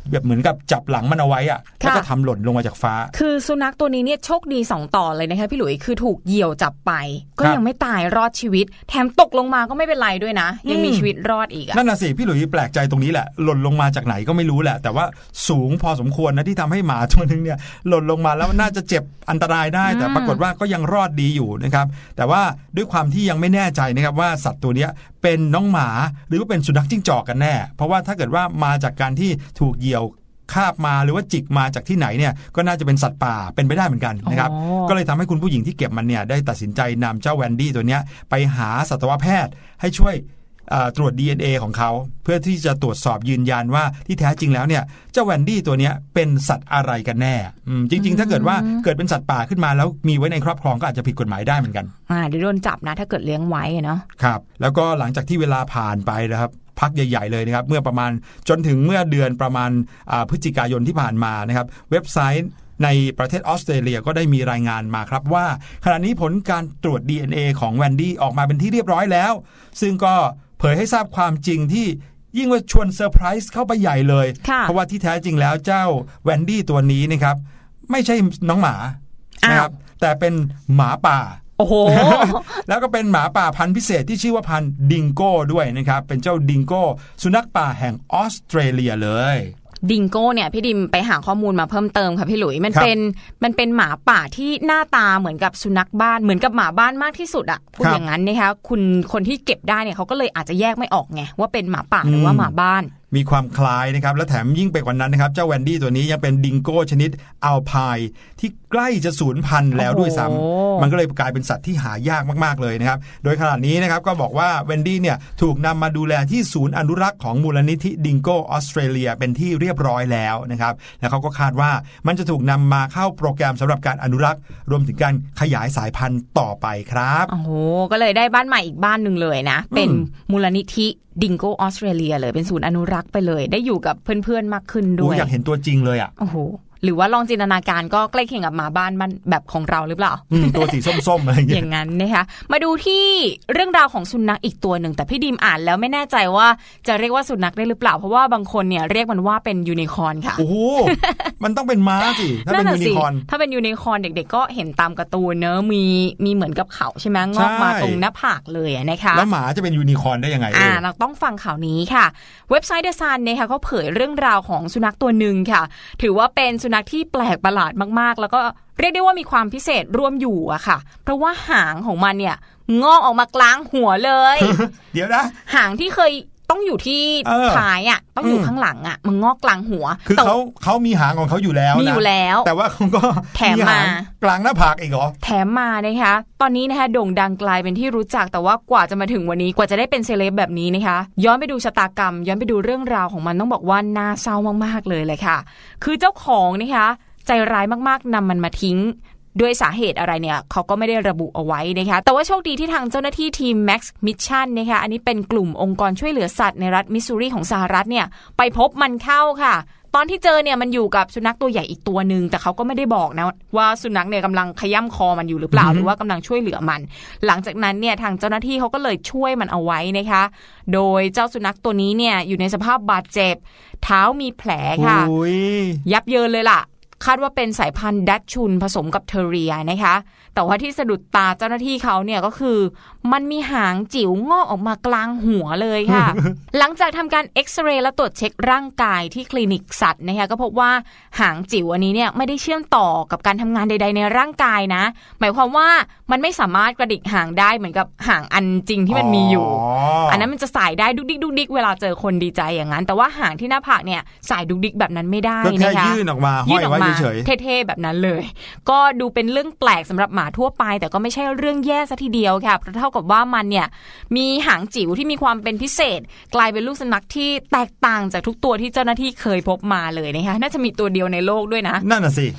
S1: แบบเหมือนกับจับหลังมันเอาไว้อะแล้วก็ทำหล่นลงมาจากฟ้า
S3: คือสุนัขตัวนี้เนี่ยโชคดีสองต่อเลยนะคะพี่หลุยคือถูกเหยี่ยวจับไปก็ยังไม่ตายรอดชีวิตแถมตกลงมาก็ไม่เป็นไรด้วยนะยังมีชีวิตรอดอีกอ่ะ
S1: นั่นน่ะสิพี่หลุยแปลกใจตรงนี้แหละหล่นลงมาจากไหนก็ไม่รู้แหละแต่ว่าสูงพอสมควรนะที่ทำให้หมาตัวนึงเนี่ยหล่นลงมาแล้วน่าจะเจ็บอันตรายได้แต่ปรากฏว่าก็ยังรอดดีอยู่นะครับแต่ว่าด้วยความที่ยังไม่แน่ใจนะครับว่าสัตว์ตัวนี้เป็นน้องหมาหรือว่าเป็นสุนัขจิ้งจอกกันแน่เพราะว่าถ้าเกิดว่ามาจากการที่ถูกเหยี่ยวคาบมาหรือว่าจิกมาจากที่ไหนเนี่ยก็น่าจะเป็นสัตว์ป่าเป็นไปได้เหมือนกันนะครับก็เลยทำให้คุณผู้หญิงที่เก็บมันเนี่ยได้ตัดสินใจนำเจ้าแวนดี้ตัวนี้ไปหาสัตวแพทย์ให้ช่วยตรวจ ดี เอ็น เอ ของเขาเพื่อที่จะตรวจสอบยืนยันว่าที่แท้จริงแล้วเนี่ยเจ้าแวนดี้ตัวนี้เป็นสัตว์อะไรกันแน่จริงๆถ้าเกิดว่าเกิดเป็นสัตว์ป่าขึ้นมาแล้วมีไว้ในครอบครองก็อาจจะผิดกฎหมายได้เหมือนกัน
S3: อ่าเดี๋ยวโดนจับนะถ้าเกิดเลี้ยงไว้เนาะ
S1: ครับแล้วก็หลังจากที่เวลาผ่านไปนะครับพักใหญ่ๆเลยนะครับเมื่อประมาณจนถึงเมื่อเดือนประมาณพฤศจิกายนที่ผ่านมานะครับเว็บไซต์ในประเทศออสเตรเลียก็ได้มีรายงานมาครับว่าขณะนี้ผลการตรวจ ดี เอ็น เอ ของแวนดี้ออกมาเป็นที่เรียบร้อยแล้วซึ่งก็เผยให้ทราบความจริงที่ยิ่งว่าชวนเซอร์ไพรส์เข้าไปใหญ่เลยเพราะว่าที่แท้จริงแล้วเจ้าแวนดี้ตัวนี้นะครับไม่ใช่น้องหมานะครับแต่เป็นหมาป่า
S3: โอ้โห
S1: แล้วก็เป็นหมาป่าพันธุ์พิเศษที่ชื่อว่าพันธุ์ดิงโก้ด้วยนะครับเป็นเจ้าดิงโก้สุนัขป่าแห่งออสเตรเลียเลย
S3: ดิงโก้เนี่ยพี่ดิมไปหาข้อมูลมาเพิ่มเติมค่ะพี่หลุยมันเป็นมันเป็นหมาป่าที่หน้าตาเหมือนกับสุนัขบ้านเหมือนกับหมาบ้านมากที่สุดอ่ะพูดอย่างนั้นนะคะคุณคนที่เก็บได้เนี่ยเขาก็เลยอาจจะแยกไม่ออกไงว่าเป็นหมาป่าหรือว่าหมาบ้าน
S1: มีความคล้ายนะครับและแถมยิ่งไปกว่านั้นนะครับเจ้าแวนดี้ตัวนี้ยังเป็นดิงโก้ชนิดอัลไพน์ที่ใกล้จะสูญพันธุ์แล้วด้วยซ้ำมันก็เลยกลายเป็นสัตว์ที่หายากมากๆเลยนะครับโดยขณะนี้นะครับก็บอกว่าแวนดี้เนี่ยถูกนำมาดูแลที่ศูนย์อนุรักษ์ของมูลนิธิดิงโก้ออสเตรเลียเป็นที่เรียบร้อยแล้วนะครับแล้วเขาก็คาดว่ามันจะถูกนำมาเข้าโปรแกรมสำหรับการอนุรักษ์รวมถึงการขยายสายพันธุ์ต่อไปครับ
S3: โอ้โหก็เลยได้บ้านใหม่อีกบ้านนึงเลยนะเป็นมูลนิธิดิงโก้ออสเตรเลียเลยเป็นศูนย์อนุรักษ์ไปเลยได้อยู่กับเพื่อนๆมากขึ้นด้วย
S1: อยากเห็นตัวจริงเลยอ่ะ
S3: โอ้โหหรือว่าลองจินตนาการก็ใกล้เคียงกับหมาบ้านมันแบบของเราหรือเปล่า
S1: ตัวสีส้มๆอะไรอย่างเงี้ย
S3: อย่างนั้นนะคะมาดูที่เรื่องราวของสุนัขอีกตัวหนึ่งแต่พี่ดิมอ่านแล้วไม่แน่ใจว่าจะเรียกว่าสุนัขได้หรือเปล่าเพราะว่าบางคนเนี่ยเรียกมันว่าเป็นยูนิคอร์นค่ะ
S1: โอ้โหมันต้องเป็นม้าสิถ้าเป็นยูนิคอร์น
S3: ถ้าเป็นยูนิคอร์นเด็กๆก็เห็นตามการ์ตูนเนอะมีมีเหมือนกับเขาใช่ไหมงอกมาตรงหน้าผากเลยนะคะ
S1: แล้วหมาจะเป็นยูนิคอร์นได้ยังไง
S3: อ่าเราต้องฟังข่าวนี้ค่ะเว็บไซต์ The Sun เนี่ยค่ะเขาเผยเรื่องราวของสุนัขตัวหนึ่งค่ะถือว่าเป็นสุนัขที่แปลกประหลาดมากๆแล้วก็เรียกได้ว่ามีความพิเศษร่วมอยู่อะค่ะเพราะว่าหางของมันเนี่ยงอกออกมากลางหัวเลย
S1: เดี๋ยวนะ
S3: หางที่เคยต้องอยู่ที่ท้ายอ่ะต้องอยู่ข้างหลังอ่ะมันงอกกลางหัว
S1: คือเขาเขามีหางของเขาอยู่แล้วนะ
S3: มีอยู่แล้ว
S1: แต่ว่าเขาก็
S3: แถมม
S1: ากลางหน้าผากอีกเหรอ
S3: แถมมานะคะตอนนี้นะคะโด่งดังกลายเป็นที่รู้จักแต่ว่ากว่าจะมาถึงวันนี้กว่าจะได้เป็นเซเลบแบบนี้นะคะย้อนไปดูชะตากรรมย้อนไปดูเรื่องราวของมันต้องบอกว่าน่าเศร้ามากๆเลยเลยค่ะคือเจ้าของนะคะใจร้ายมากๆนำมันมาทิ้งด้วยสาเหตุอะไรเนี่ยเขาก็ไม่ได้ระบุเอาไว้นะคะแต่ว่าโชคดีที่ทางเจ้าหน้าที่ทีม Max Mission นะคะอันนี้เป็นกลุ่มองค์กรช่วยเหลือสัตว์ในรัฐมิสซูรีของสหรัฐเนี่ยไปพบมันเข้าค่ะตอนที่เจอเนี่ยมันอยู่กับสุนัขตัวใหญ่อีกตัวนึงแต่เขาก็ไม่ได้บอกนะว่าสุนัขเนี่ยกำลังขย้ำคอมันอยู่หรือเปล่า หรือว่ากำลังช่วยเหลือมันหลังจากนั้นเนี่ยทางเจ้าหน้าที่เขาก็เลยช่วยมันเอาไว้นะคะโดยเจ้าสุนัขตัวนี้เนี่ยอยู่ในสภาพบาดเจ็บเท้ามีแผลค่ะยับเยินเลยล่ะคาดว่าเป็นสายพันธุ์ดัตชุนผสมกับเทอเรียนะคะแต่ว่าที่สะดุดตาเจ้าหน้าที่เขาเนี่ยก็คือมันมีหางจิ๋วงอกออกมากลางหัวเลยค่ะ หลังจากทำการเอ็กซเรย์และตรวจเช็คร่างกายที่คลินิกสัตว์นะคะก็พบว่าหางจิ๋วอันนี้เนี่ยไม่ได้เชื่อมต่อกับการทำงานใดๆในร่างกายนะหมายความว่ามันไม่สามารถกระดิกหางได้เหมือนกับหางอันจริงที่มันมีอยู่ อ, อันนั้นมันจะสายได้ดุกดิกดุกดิกเวลาเจอคนดีใจอย่างนั้นแต่ว่าหางที่หน้าผากเนี่ยสายดุกดิกแบบนั้นไม่ได้นะคะ
S1: ก็แค่ยื่นออกมาห้อยไว้เฉย
S3: ๆเท่ๆแบบนั้นเลยก็ดูเป็นเรื่องแปลกสำหรับหมาทั่วไปแต่ก็ไม่ใช่เรื่องแย่ซะทีเดียวค่ะเพราะเท่ากับว่ามันเนี่ยมีหางจิ๋วที่มีความเป็นพิเศษกลายเป็นลูกสุนัขที่แตกต่างจากทุกตัวที่เจ้าหน้าที่เคยพบมาเลยนะคะน่าจะมีตัวเดียวในโลกด้วยนะ
S1: นั่นน่ะสิ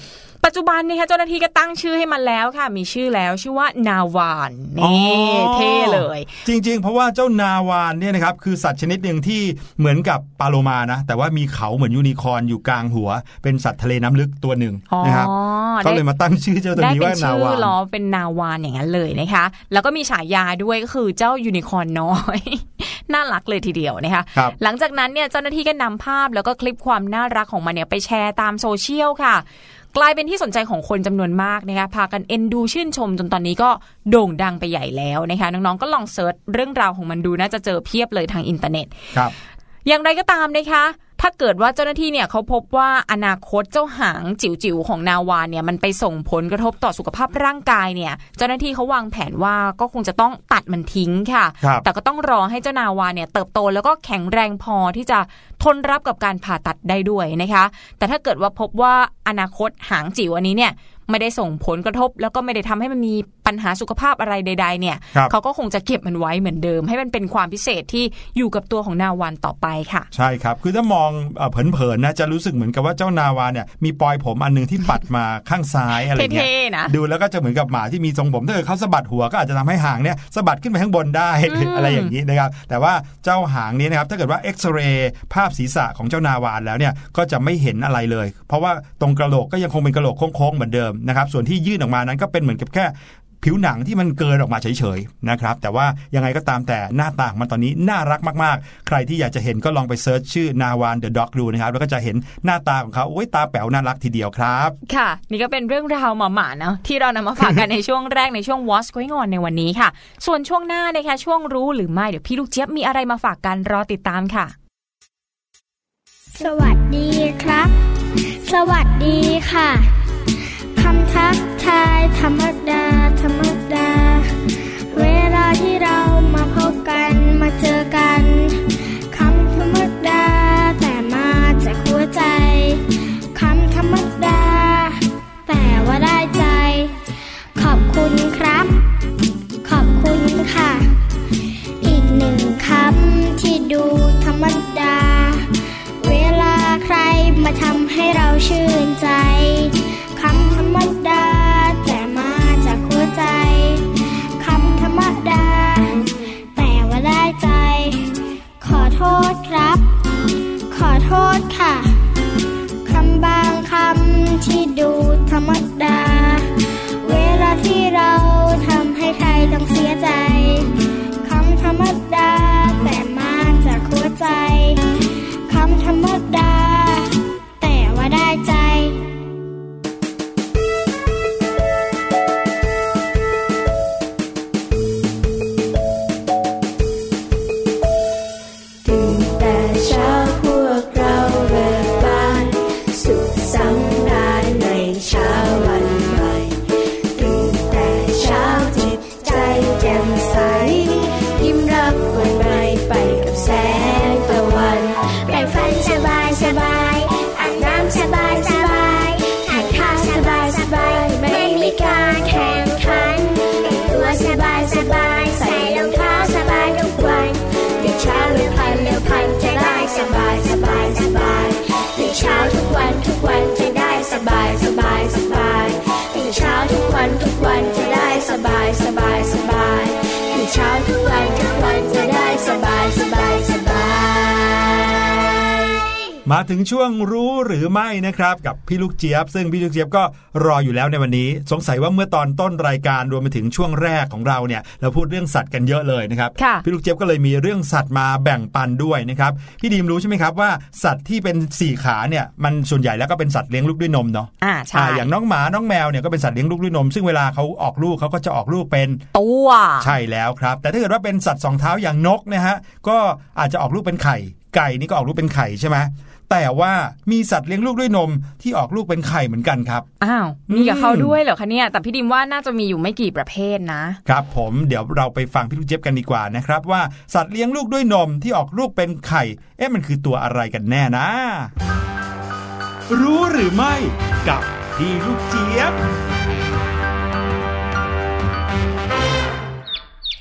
S3: ปัจจุบันเนี่ยค่ะเจ้าหน้าที่ก็ตั้งชื่อให้มันแล้วค่ะมีชื่อแล้วชื่อว่านาวานนี่เท่เลย
S1: จริงๆเพราะว่าเจ้านาวานเนี่ยนะครับคือสัตว์ชนิดหนึ่งที่เหมือนกับปลาโลมานะแต่ว่ามีเขาเหมือนยูนิคอร์นอยู่กลางหัวเป็นสัตว์ทะเลน้ำลึกตัวหนึ่งนะครับเขาเลยมาตั้งชื่อเจ้าตัวนี้ว่านาวานได้เป็นชื่อล้อ
S3: เป็นนาวานอย่างนั้นเลยนะคะแล้วก็มีฉายาด้วยก็คือเจ้ายูนิคอร์นน้อยน่ารักเลยทีเดียวนะคะหลังจากนั้นเนี่ยเจ้าหน้าที่ก็นำภาพแล้วก็คลิปความน่ารักของมันเนี่ยไปแชร์ตามโซเชียลค่ะกลายเป็นที่สนใจของคนจำนวนมากนะคะพากันเอ็นดูชื่นชมจนตอนนี้ก็โด่งดังไปใหญ่แล้วนะคะน้องๆก็ลองเสิร์ชเรื่องราวของมันดูน่าจะเจอเพียบเลยทางอินเทอร์เน็ตครับอย่างไรก็ตามนะคะถ้าเกิดว่าเจ้าหน้าที่เนี่ยเขาพบว่าอนาคตเจ้าหางจิ๋วๆของนาวาเนี่ยมันไปส่งผลกระทบต่อสุขภาพร่างกายเนี่ยเจ้าหน้าที่เขาวางแผนว่าก็คงจะต้องตัดมันทิ้งค่ะแต่ก็ต้องรอให้เจ้านาวาเนี่ยเติบโตแล้วก็แข็งแรงพอที่จะทนรับกับการผ่าตัดได้ด้วยนะคะแต่ถ้าเกิดว่าพบว่าอนาคตหางจิ๋วอันนี้เนี่ยไม่ได้ส่งผลกระทบแล้วก็ไม่ได้ทำให้มันมีปัญหาสุขภาพอะไรใดๆเนี่ยเขาก็คงจะเก็บมันไว้เหมือนเดิมให้มันเป็นความพิเศษที่อยู่กับตัวของนาวาต่อไปค่ะ
S1: ใช่ครับคือถ้ามองเผินๆนะจะรู้สึกเหมือนกับว่าเจ้านาวาเนี่ยมีปลอยผมอันนึงที่ปัดมาข้างซ้ายอะไรเงี้ยดูแล้วก็จะเหมือนกับหมาที่มีทรงผมถ้าเกิดเขาสะบัดหัวก็อาจจะทำให้หางเนี่ยสะบัดขึ้นไปข้างบนได้ อะไรอย่างนี้นะครับแต่ว่าเจ้าหางนี้นะครับถ้าเกิดว่าเอ็กซเรย์ภาพศีรษะของเจ้านาวาแล้วเนี่ยก็จะไม่เห็นอะไรเลยเพราะว่าตรงกระโหลกก็ยังคงเป็นกระโหลกโค้งๆเหมือนเดิมนะครับส่วนที่ยื่นออกมานั้นก็เป็นเหมือนกับแค่ผิวหนังที่มันเกินออกมาเฉยๆนะครับแต่ว่ายังไงก็ตามแต่หน้าตามันตอนนี้น่ารักมากๆใครที่อยากจะเห็นก็ลองไปเซิร์ชชื่อนาวานเดอะด็อกดูนะครับแล้วก็จะเห็นหน้าตาของเขาโอ้ยตาแป๋วน่ารักทีเดียวครับ
S3: ค่ะนี่ก็เป็นเรื่องราวหมาๆนะที่เรานำมาฝากกัน ในช่วงแรกในช่วง What's Going On ในวันนี้ค่ะส่วนช่วงหน้านะคะช่วงรู้หรือไม่เดี๋ยวพี่ลูกเจี๊ยบมีอะไรมาฝากกันรอติดตามค่ะ
S4: สวัสดีครับสวัสดีค่ะคำทักทายธรรมดาธรรมดาเวลาที่เรามาพบกันมาเจอกันคำธรรมดาแต่มาจากหัวใจคำธรรมดาแต่ว่าได้ใจขอบคุณครับขอบคุณค่ะอีกหนึ่งคำที่ดูธรรมดาเวลาใครมาทำให้เราชื่นใจคำธรรมดาแต่มาจากหัวใจคำธรรมดาแต่ว่าได้ใจขอโทษครับขอโทษค่ะคำบางคำที่ดูธรรมดาเวลาที่เราทำให้ใครต้องเสียใจคำธรรมดาแต่มาจากหัวใจคำธรรมดาแต่ว่าได้ใจเช้าทุกวันทุกวันจะได้สบายสบายสบายตื่นเช้าทุกวันทุกวันจะได้สบายสบายสบายตื่นเช้าทุกวันทุกวันจะได้สบายสบายสบาย
S1: มาถึงช่วงรู้หรือไม่นะครับกับพี่ลูกเจี๊ยบซึ่งพี่ลูกเจี๊ยบก็รออยู่แล้วในวันนี้สงสัยว่าเมื่อตอนต้นรายการรวมไปถึงช่วงแรกของเราเนี่ยเราพูดเรื่องสัตว์กันเยอะเลยนะครับพี่ลูกเจี๊ยบก็เลยมีเรื่องสัตว์มาแบ่งปันด้วยนะครับพี่ดีมรู้ใช่ไหมครับว่าสัตว์ที่เป็นสี่ขาเนี่ยมันส่วนใหญ่แล้วก็เป็นสัตว์เลี้ยงลูกด้วยนมเนาะ
S3: อ่าใช่
S1: อย่างน้องหมาน้องแมวเนี่ยก็เป็นสัตว์เลี้ยงลูกด้วยนมซึ่งเวลาเขาออกลูกเขาก็จะออกลูกเป็น
S3: ตัว
S1: ใช่แล้วครับแต่ถ้าเกิดว่าเป็นสัตว์สองเท้าอย่างนกนะฮะก็อาจจะออกลูกเป็นไข่ไก่นี่ก็ออกลูกเป็นไข่ใช่ไหมแต่ว่ามีสัตว์เลี้ยงลูกด้วยนมที่ออกลูกเป็นไข่เหมือนกันครับ
S3: อ้าวมีกับเขาด้วยเหรอคะเนี่ยแต่พี่ดิมว่าน่าจะมีอยู่ไม่กี่ประเภทนะครับ
S1: ผมเดี๋ยวเราไปฟังพี่ลูกเจี๊ยบกันดีกว่านะครับว่าสัตว์เลี้ยงลูกด้วยนมที่ออกลูกเป็นไข่เอ๊ะมันคือตัวอะไรกันแน่นะรู้หรือไม่กับพี่ลูกเจี๊ยบ
S6: ใจ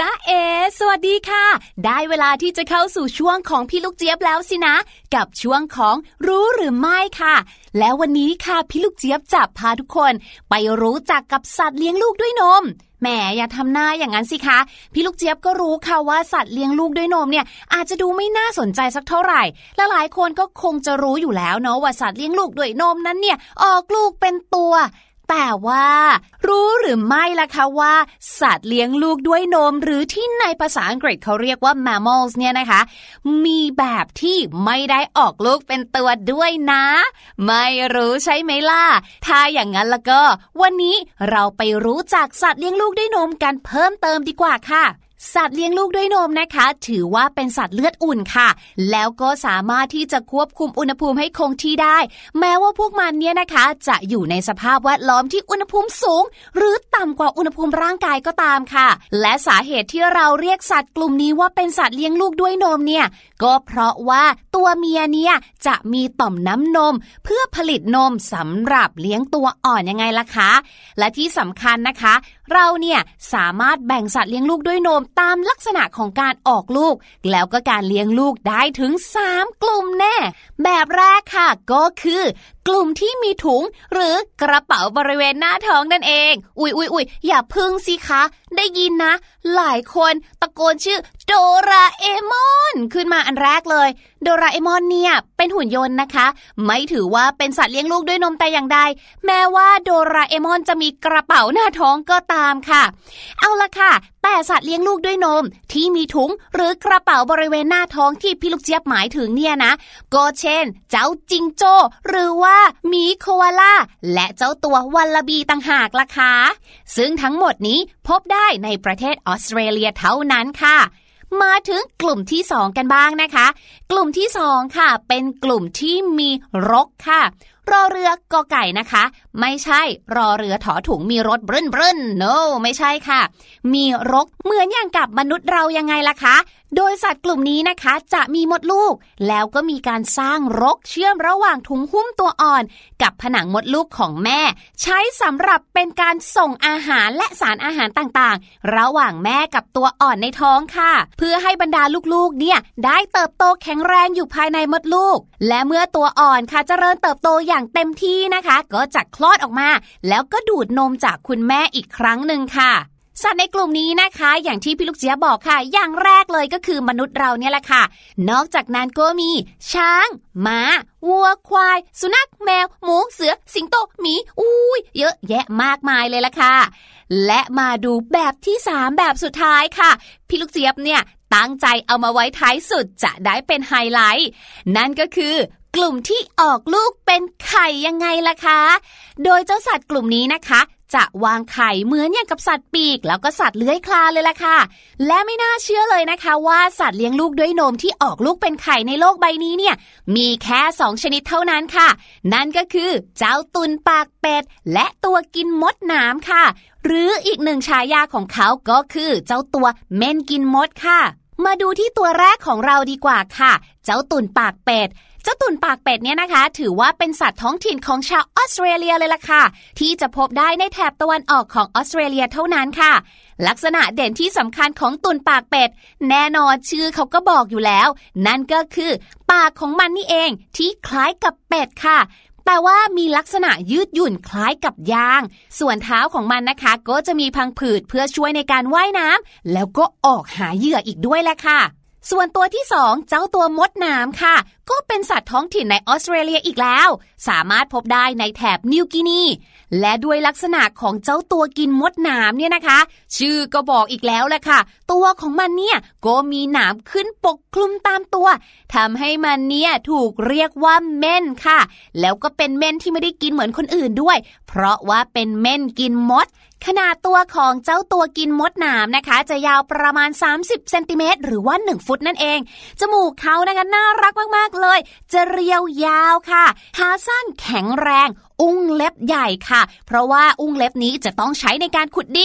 S6: จ๊ะเอสวัสดีค่ะได้เวลาที่จะเข้าสู่ช่วงของพี่ลูกเจี๊ยบแล้วสินะกับช่วงของรู้หรือไม่ค่ะแล้ววันนี้ค่ะพี่ลูกเจี๊ยบจะพาทุกคนไปรู้จักกับสัตว์เลี้ยงลูกด้วยนมแหมอย่าทำหน้าอย่างนั้นสิคะพี่ลูกเจี๊ยบก็รู้ค่ะว่าสัตว์เลี้ยงลูกด้วยนมเนี่ยอาจจะดูไม่น่าสนใจสักเท่าไหร่และหลายคนก็คงจะรู้อยู่แล้วเนาะว่าสัตว์เลี้ยงลูกด้วยนมนั้นเนี่ยออกลูกเป็นตัวแต่ว่ารู้หรือไม่ล่ะคะว่าสัตว์เลี้ยงลูกด้วยนมหรือที่ในภาษาอังกฤษเขาเรียกว่า mammals เนี่ยนะคะมีแบบที่ไม่ได้ออกลูกเป็นตัวด้วยนะไม่รู้ใช่ไหมล่ะถ้าอย่างนั้นแล้วก็วันนี้เราไปรู้จักสัตว์เลี้ยงลูกด้วยนมกันเพิ่มเติมดีกว่าค่ะสัตว์เลี้ยงลูกด้วยนมนะคะถือว่าเป็นสัตว์เลือดอุ่นค่ะแล้วก็สามารถที่จะควบคุมอุณหภูมิให้คงที่ได้แม้ว่าพวกมันเนี่ยนะคะจะอยู่ในสภาพแวดล้อมที่อุณหภูมิสูงหรือต่ำกว่าอุณหภูมิร่างกายก็ตามค่ะและสาเหตุที่เราเรียกสัตว์กลุ่มนี้ว่าเป็นสัตว์เลี้ยงลูกด้วยนมเนี่ยก็เพราะว่าตัวเมียเนี่ยจะมีต่อมน้ำนมเพื่อผลิตนมสำหรับเลี้ยงตัวอ่อนยังไงล่ะคะและที่สำคัญนะคะเราเนี่ยสามารถแบ่งสัตว์เลี้ยงลูกด้วยนมตามลักษณะของการออกลูกแล้วก็การเลี้ยงลูกได้ถึงสามกลุ่มแน่แบบแรกค่ะก็คือกลุ่มที่มีถุงหรือกระเป๋าบริเวณหน้าท้องนั่นเองอุ๊ยอุ๊ยอุ๊ยอย่าพึ่งสิคะได้ยินนะหลายคนตะโกนชื่อโดราเอมอนขึ้นมาอันแรกเลยโดราเอมอนเนี่ยเป็นหุ่นยนต์นะคะไม่ถือว่าเป็นสัตว์เลี้ยงลูกด้วยนมแต่อย่างใดแม้ว่าโดราเอมอนจะมีกระเป๋าหน้าท้องก็ตามค่ะเอาล่ะค่ะแต่สัตว์เลี้ยงลูกด้วยนมที่มีถุงหรือกระเป๋าบริเวณหน้าท้องที่พี่ลูกเจี๊ยบหมายถึงเนี่ยนะก็เช่นเจ้าจิงโจ้หรือว่าหมีโคอาล่าและเจ้าตัววัลลบีต่างหากล่ะค่ะซึ่งทั้งหมดนี้พบได้ในประเทศออสเตรเลียเท่านั้นค่ะมาถึงกลุ่มที่สองกันบ้างนะคะกลุ่มที่สองค่ะเป็นกลุ่มที่มีรกค่ะรอเรือกอไก่นะคะไม่ใช่รอเรือถอถุงมีรถบรึ้นบรึ้น no ไม่ใช่ค่ะมีรกเหมือนอย่างกับมนุษย์เรายังไงล่ะคะโดยสัตว์กลุ่มนี้นะคะจะมีมดลูกแล้วก็มีการสร้างรกเชื่อมระหว่างถุงหุ้มตัวอ่อนกับผนังมดลูกของแม่ใช้สำหรับเป็นการส่งอาหารและสารอาหารต่างๆระหว่างแม่กับตัวอ่อนในท้องค่ะเพื่อให้บรรดาลูกๆเนี่ยได้เติบโตแข็งแรงอยู่ภายในมดลูกและเมื่อตัวอ่อนค่ะเจริญเติบโตอย่างเต็มที่นะคะก็จะคลอดออกมาแล้วก็ดูดนมจากคุณแม่อีกครั้งหนึ่งค่ะสัตว์ในกลุ่มนี้นะคะอย่างที่พี่ลูกเจี๊ยบบอกค่ะอย่างแรกเลยก็คือมนุษย์เราเนี่ยแหละค่ะนอกจากนั้นก็มีช้างม้าวัวควายสุนัขแมวหมูเสือสิงโตหมีอุ้ยเยอะแยะมากมายเลยล่ะค่ะและมาดูแบบที่สามแบบสุดท้ายค่ะพี่ลูกเจี๊ยบเนี่ยตั้งใจเอามาไว้ท้ายสุดจะได้เป็นไฮไลท์นั่นก็คือกลุ่มที่ออกลูกเป็นไข่ยังไงล่ะคะโดยเจ้าสัตว์กลุ่มนี้นะคะจะวางไข่เหมือนอย่างกับสัตว์ปีกแล้วก็สัตว์เลื้อยคลานเลยล่ะค่ะและไม่น่าเชื่อเลยนะคะว่าสัตว์เลี้ยงลูกด้วยนมที่ออกลูกเป็นไข่ในโลกใบนี้เนี่ยมีแค่สองชนิดเท่านั้นค่ะนั่นก็คือเจ้าตุ่นปากเป็ดและตัวกินมดหนามค่ะหรืออีกหนึ่งฉายาของเขาก็คือเจ้าตัวเม่นกินมดค่ะมาดูที่ตัวแรกของเราดีกว่าค่ะเจ้าตุ่นปากเป็ดเจ้าตุ่นปากเป็ดเนี่ยนะคะถือว่าเป็นสัตว์ท้องถิ่นของชาวออสเตรเลียเลยล่ะค่ะที่จะพบได้ในแถบตะวันออกของออสเตรเลียเท่านั้นค่ะลักษณะเด่นที่สำคัญของตุ่นปากเป็ดแน่นอนชื่อเขาก็บอกอยู่แล้วนั่นก็คือปากของมันนี่เองที่คล้ายกับเป็ดค่ะแต่ว่ามีลักษณะยืดหยุ่นคล้ายกับยางส่วนเท้าของมันนะคะก็จะมีพังผืดเพื่อช่วยในการว่ายน้ำแล้วก็ออกหาเหยื่ออีกด้วยแหละค่ะส่วนตัวที่สองเจ้าตัวมดน้ำค่ะก็เป็นสัตว์ท้องถิ่นในออสเตรเลียอีกแล้วสามารถพบได้ในแถบนิวกินีและด้วยลักษณะของเจ้าตัวกินมดน้ำเนี่ยนะคะชื่อก็บอกอีกแล้วแหละค่ะตัวของมันเนี่ยก็มีหนามขึ้นปกคลุมตามตัวทำให้มันเนี่ยถูกเรียกว่าเม่นค่ะแล้วก็เป็นเม่นที่ไม่ได้กินเหมือนคนอื่นด้วยเพราะว่าเป็นเม่นกินมดขนาดตัวของเจ้าตัวกินมดหนามนะคะจะยาวประมาณสามสิบเซนติเมตรหรือว่าหนึ่งฟุตนั่นเองจมูกเขานะคะน่ารักมากๆเลยจะเรียวยาวค่ะขาสั้นแข็งแรงอุ้งเล็บใหญ่ค่ะเพราะว่าอุ้งเล็บนี้จะต้องใช้ในการขุดดิน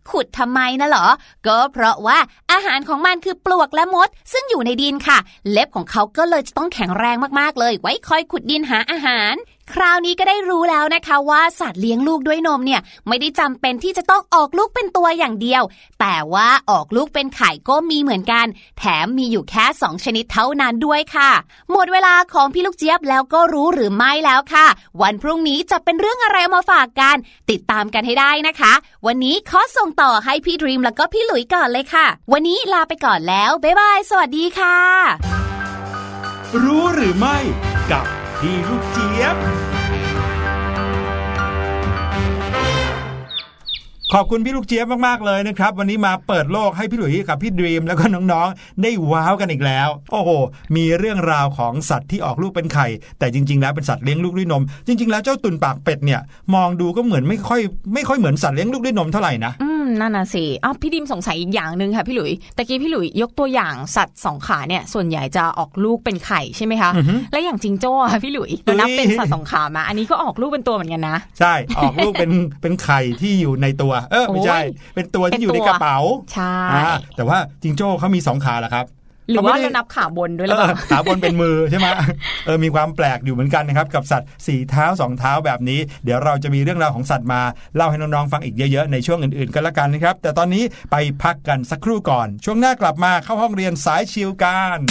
S6: ขุดทำไมนะเหรอก็เพราะว่าอาหารของมันคือปลวกและมดซึ่งอยู่ในดินค่ะเล็บของเขาก็เลยจะต้องแข็งแรงมากๆเลยไว้คอยขุดดินหาอาหารคราวนี้ก็ได้รู้แล้วนะคะว่าสัตว์เลี้ยงลูกด้วยนมเนี่ยไม่ได้จำเป็นที่จะต้องออกลูกเป็นตัวอย่างเดียวแต่ว่าออกลูกเป็นไข่ก็มีเหมือนกันแถมมีอยู่แค่สองชนิดเท่านั้นด้วยค่ะหมดเวลาของพี่ลูกเจี๊ยบแล้วก็รู้หรือไม่แล้วค่ะวันพรุ่งนี้จะเป็นเรื่องอะไรมาฝากกันติดตามกันให้ได้นะคะวันนี้ขอส่งต่อให้พี่ดรีมแล้วก็พี่หลุยก่อนเลยค่ะวันนี้ลาไปก่อนแล้วบ๊ายบายสวัสดีค่ะ
S1: รู้หรือไม่กับพี่ลูกเจี๊ยบขอบคุณพี่ลูกเจี๊ยบมากๆเลยนะครับวันนี้มาเปิดโลกให้พี่หลุยส์กับพี่ดรีมแล้วก็น้องๆได้ว้าวกันอีกแล้วโอ้โหมีเรื่องราวของสัตว์ที่ออกลูกเป็นไข่แต่จริงๆแล้วเป็นสัตว์เลี้ยงลูกด้วยนมจริงๆแล้วเจ้าตุ่นปากเป็ดเนี่ยมองดูก็เหมือนไม่ค่อยไม่ค่อยเหมือนสัตว์เลี้ยงลูกด้วยนมเท่าไหร่นะ
S3: อืมนั่นน่ะสิอ้าวพี่ดิมสงสัยอีกอย่างนึงค่ะพี่หลุยตะกี้พี่หลุยยกตัวอย่างสัตว์สองขาเนี่ยส่วนใหญ่จะออกลูกเป็นไข่ใช่ไหมคะและอย่างจิงโจ้ค่ะพี่หลุยเรานับเป็นสัตว์สองขามาอันนี้ก็ออกลูกเป็นตัวเหมือนกันนะ
S1: ใช่ออกลูกเป็นเป็นไข่ที่อยู่ในตัวเออไม่ใช่เป็นตัวที่อยู่ในกระเป๋า
S3: ใช่
S1: แต่ว่าจิงโจ้เขามีสองขาเหรอครับ
S3: หรือว่าเรานับขาบนด้วยหรือเปล่า
S1: ขาบนเป็นมือใช่ไหมเออมีความแปลกอยู่เหมือนกันนะครับกับสัตว์สี่เท้าสองเท้าแบบนี้เดี๋ยวเราจะมีเรื่องราวของสัตว์มาเล่าให้น้องๆฟังอีกเยอะๆในช่วงอื่นๆกันละกันนะครับแต่ตอนนี้ไปพักกันสักครู่ก่อนช่วงหน้ากลับมาเข้าห้องเรียนสายชิลกัน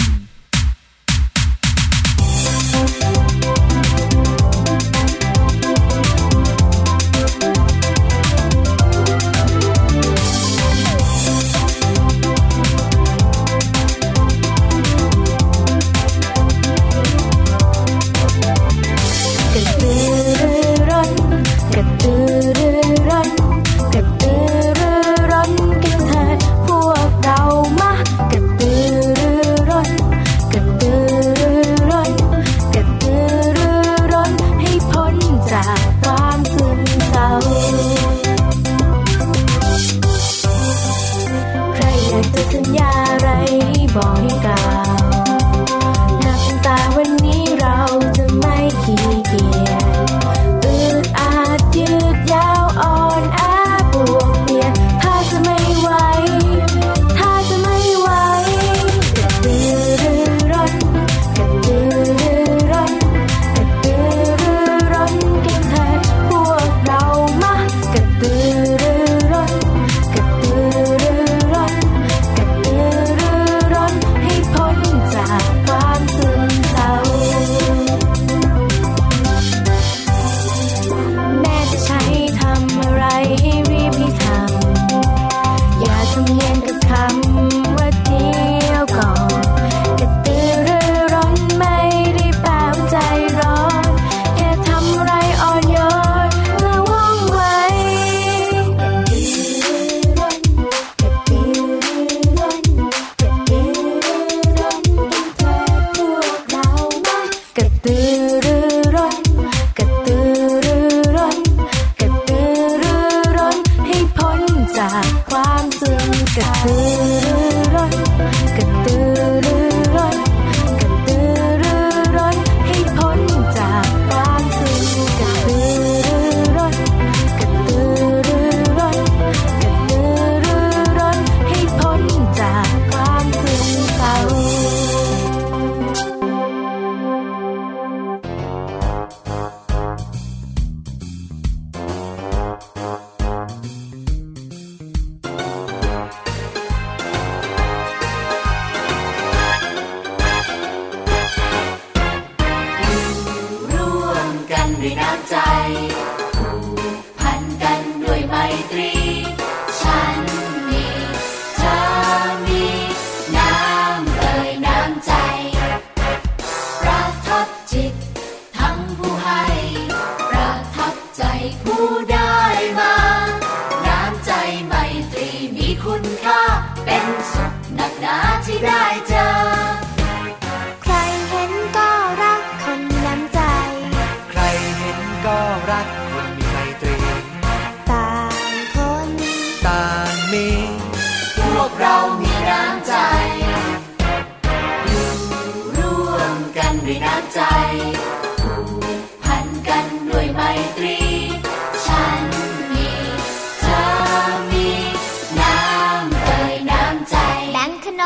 S5: ฉันมีเธอมี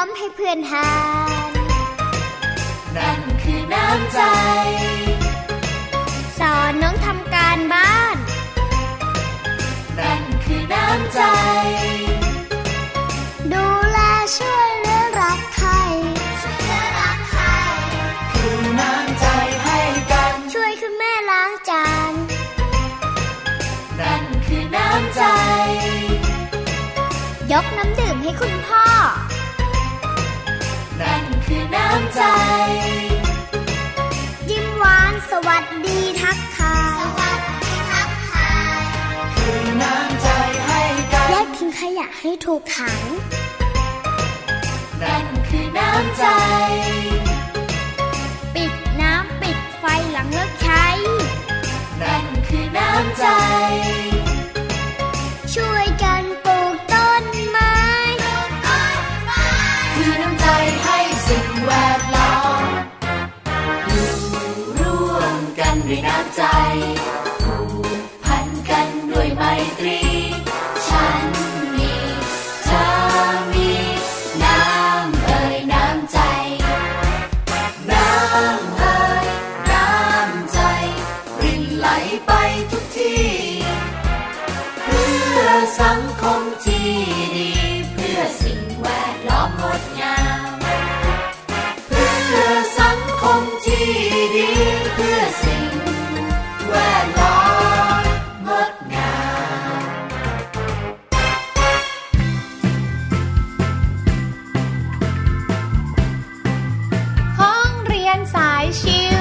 S4: มให้เพื่อนทาน
S5: นั่นคือน้ำใจ
S4: สอนน้องทำการบ้าน
S5: นั่นคือน้ำใจ
S4: ดูแลช่วยเหลือรักใครช่วยเหลือรักใคร
S5: คือน้ำใจให้กัน
S4: ช่วยคุณแม่ล้างจาน
S5: นั่นคือน้ำใจ
S4: ยกน้ำดื่มให้คุณพ่อ
S5: นั่นคือน้ำใจ
S4: ยิ้มหวานสวัสดีทักทายสวัสดีทักทาย
S5: คือน้ำใจให้กัน
S4: แยกทิ้งขยะให้ถูกถัง
S5: นั่นคือน้ำใจ
S4: ปิดน้ำปิดไฟหลังเลิกใช้
S5: นั่นคือน้ำใจ
S4: ช่วยกันปลูกต้นไม้
S5: คือน้ำใจให้สิ่งแวดล้อมอยู่ร่วมกันด้วยน้ำใจผูกพันกันด้วยไมตรีฉันมีเธอมีน้ำเอ่ยน้ำใจน้ำเอ่ยน้ำใจรินไหลไปทุกที่เพื่อสังคมที่ดีเพื่อสิ่งแวดล้อมงดงามเพื่อสังคมที่ดีเพื่อสิ่งแวดล้อมงดงาม
S6: ห้องเรียนสายชิล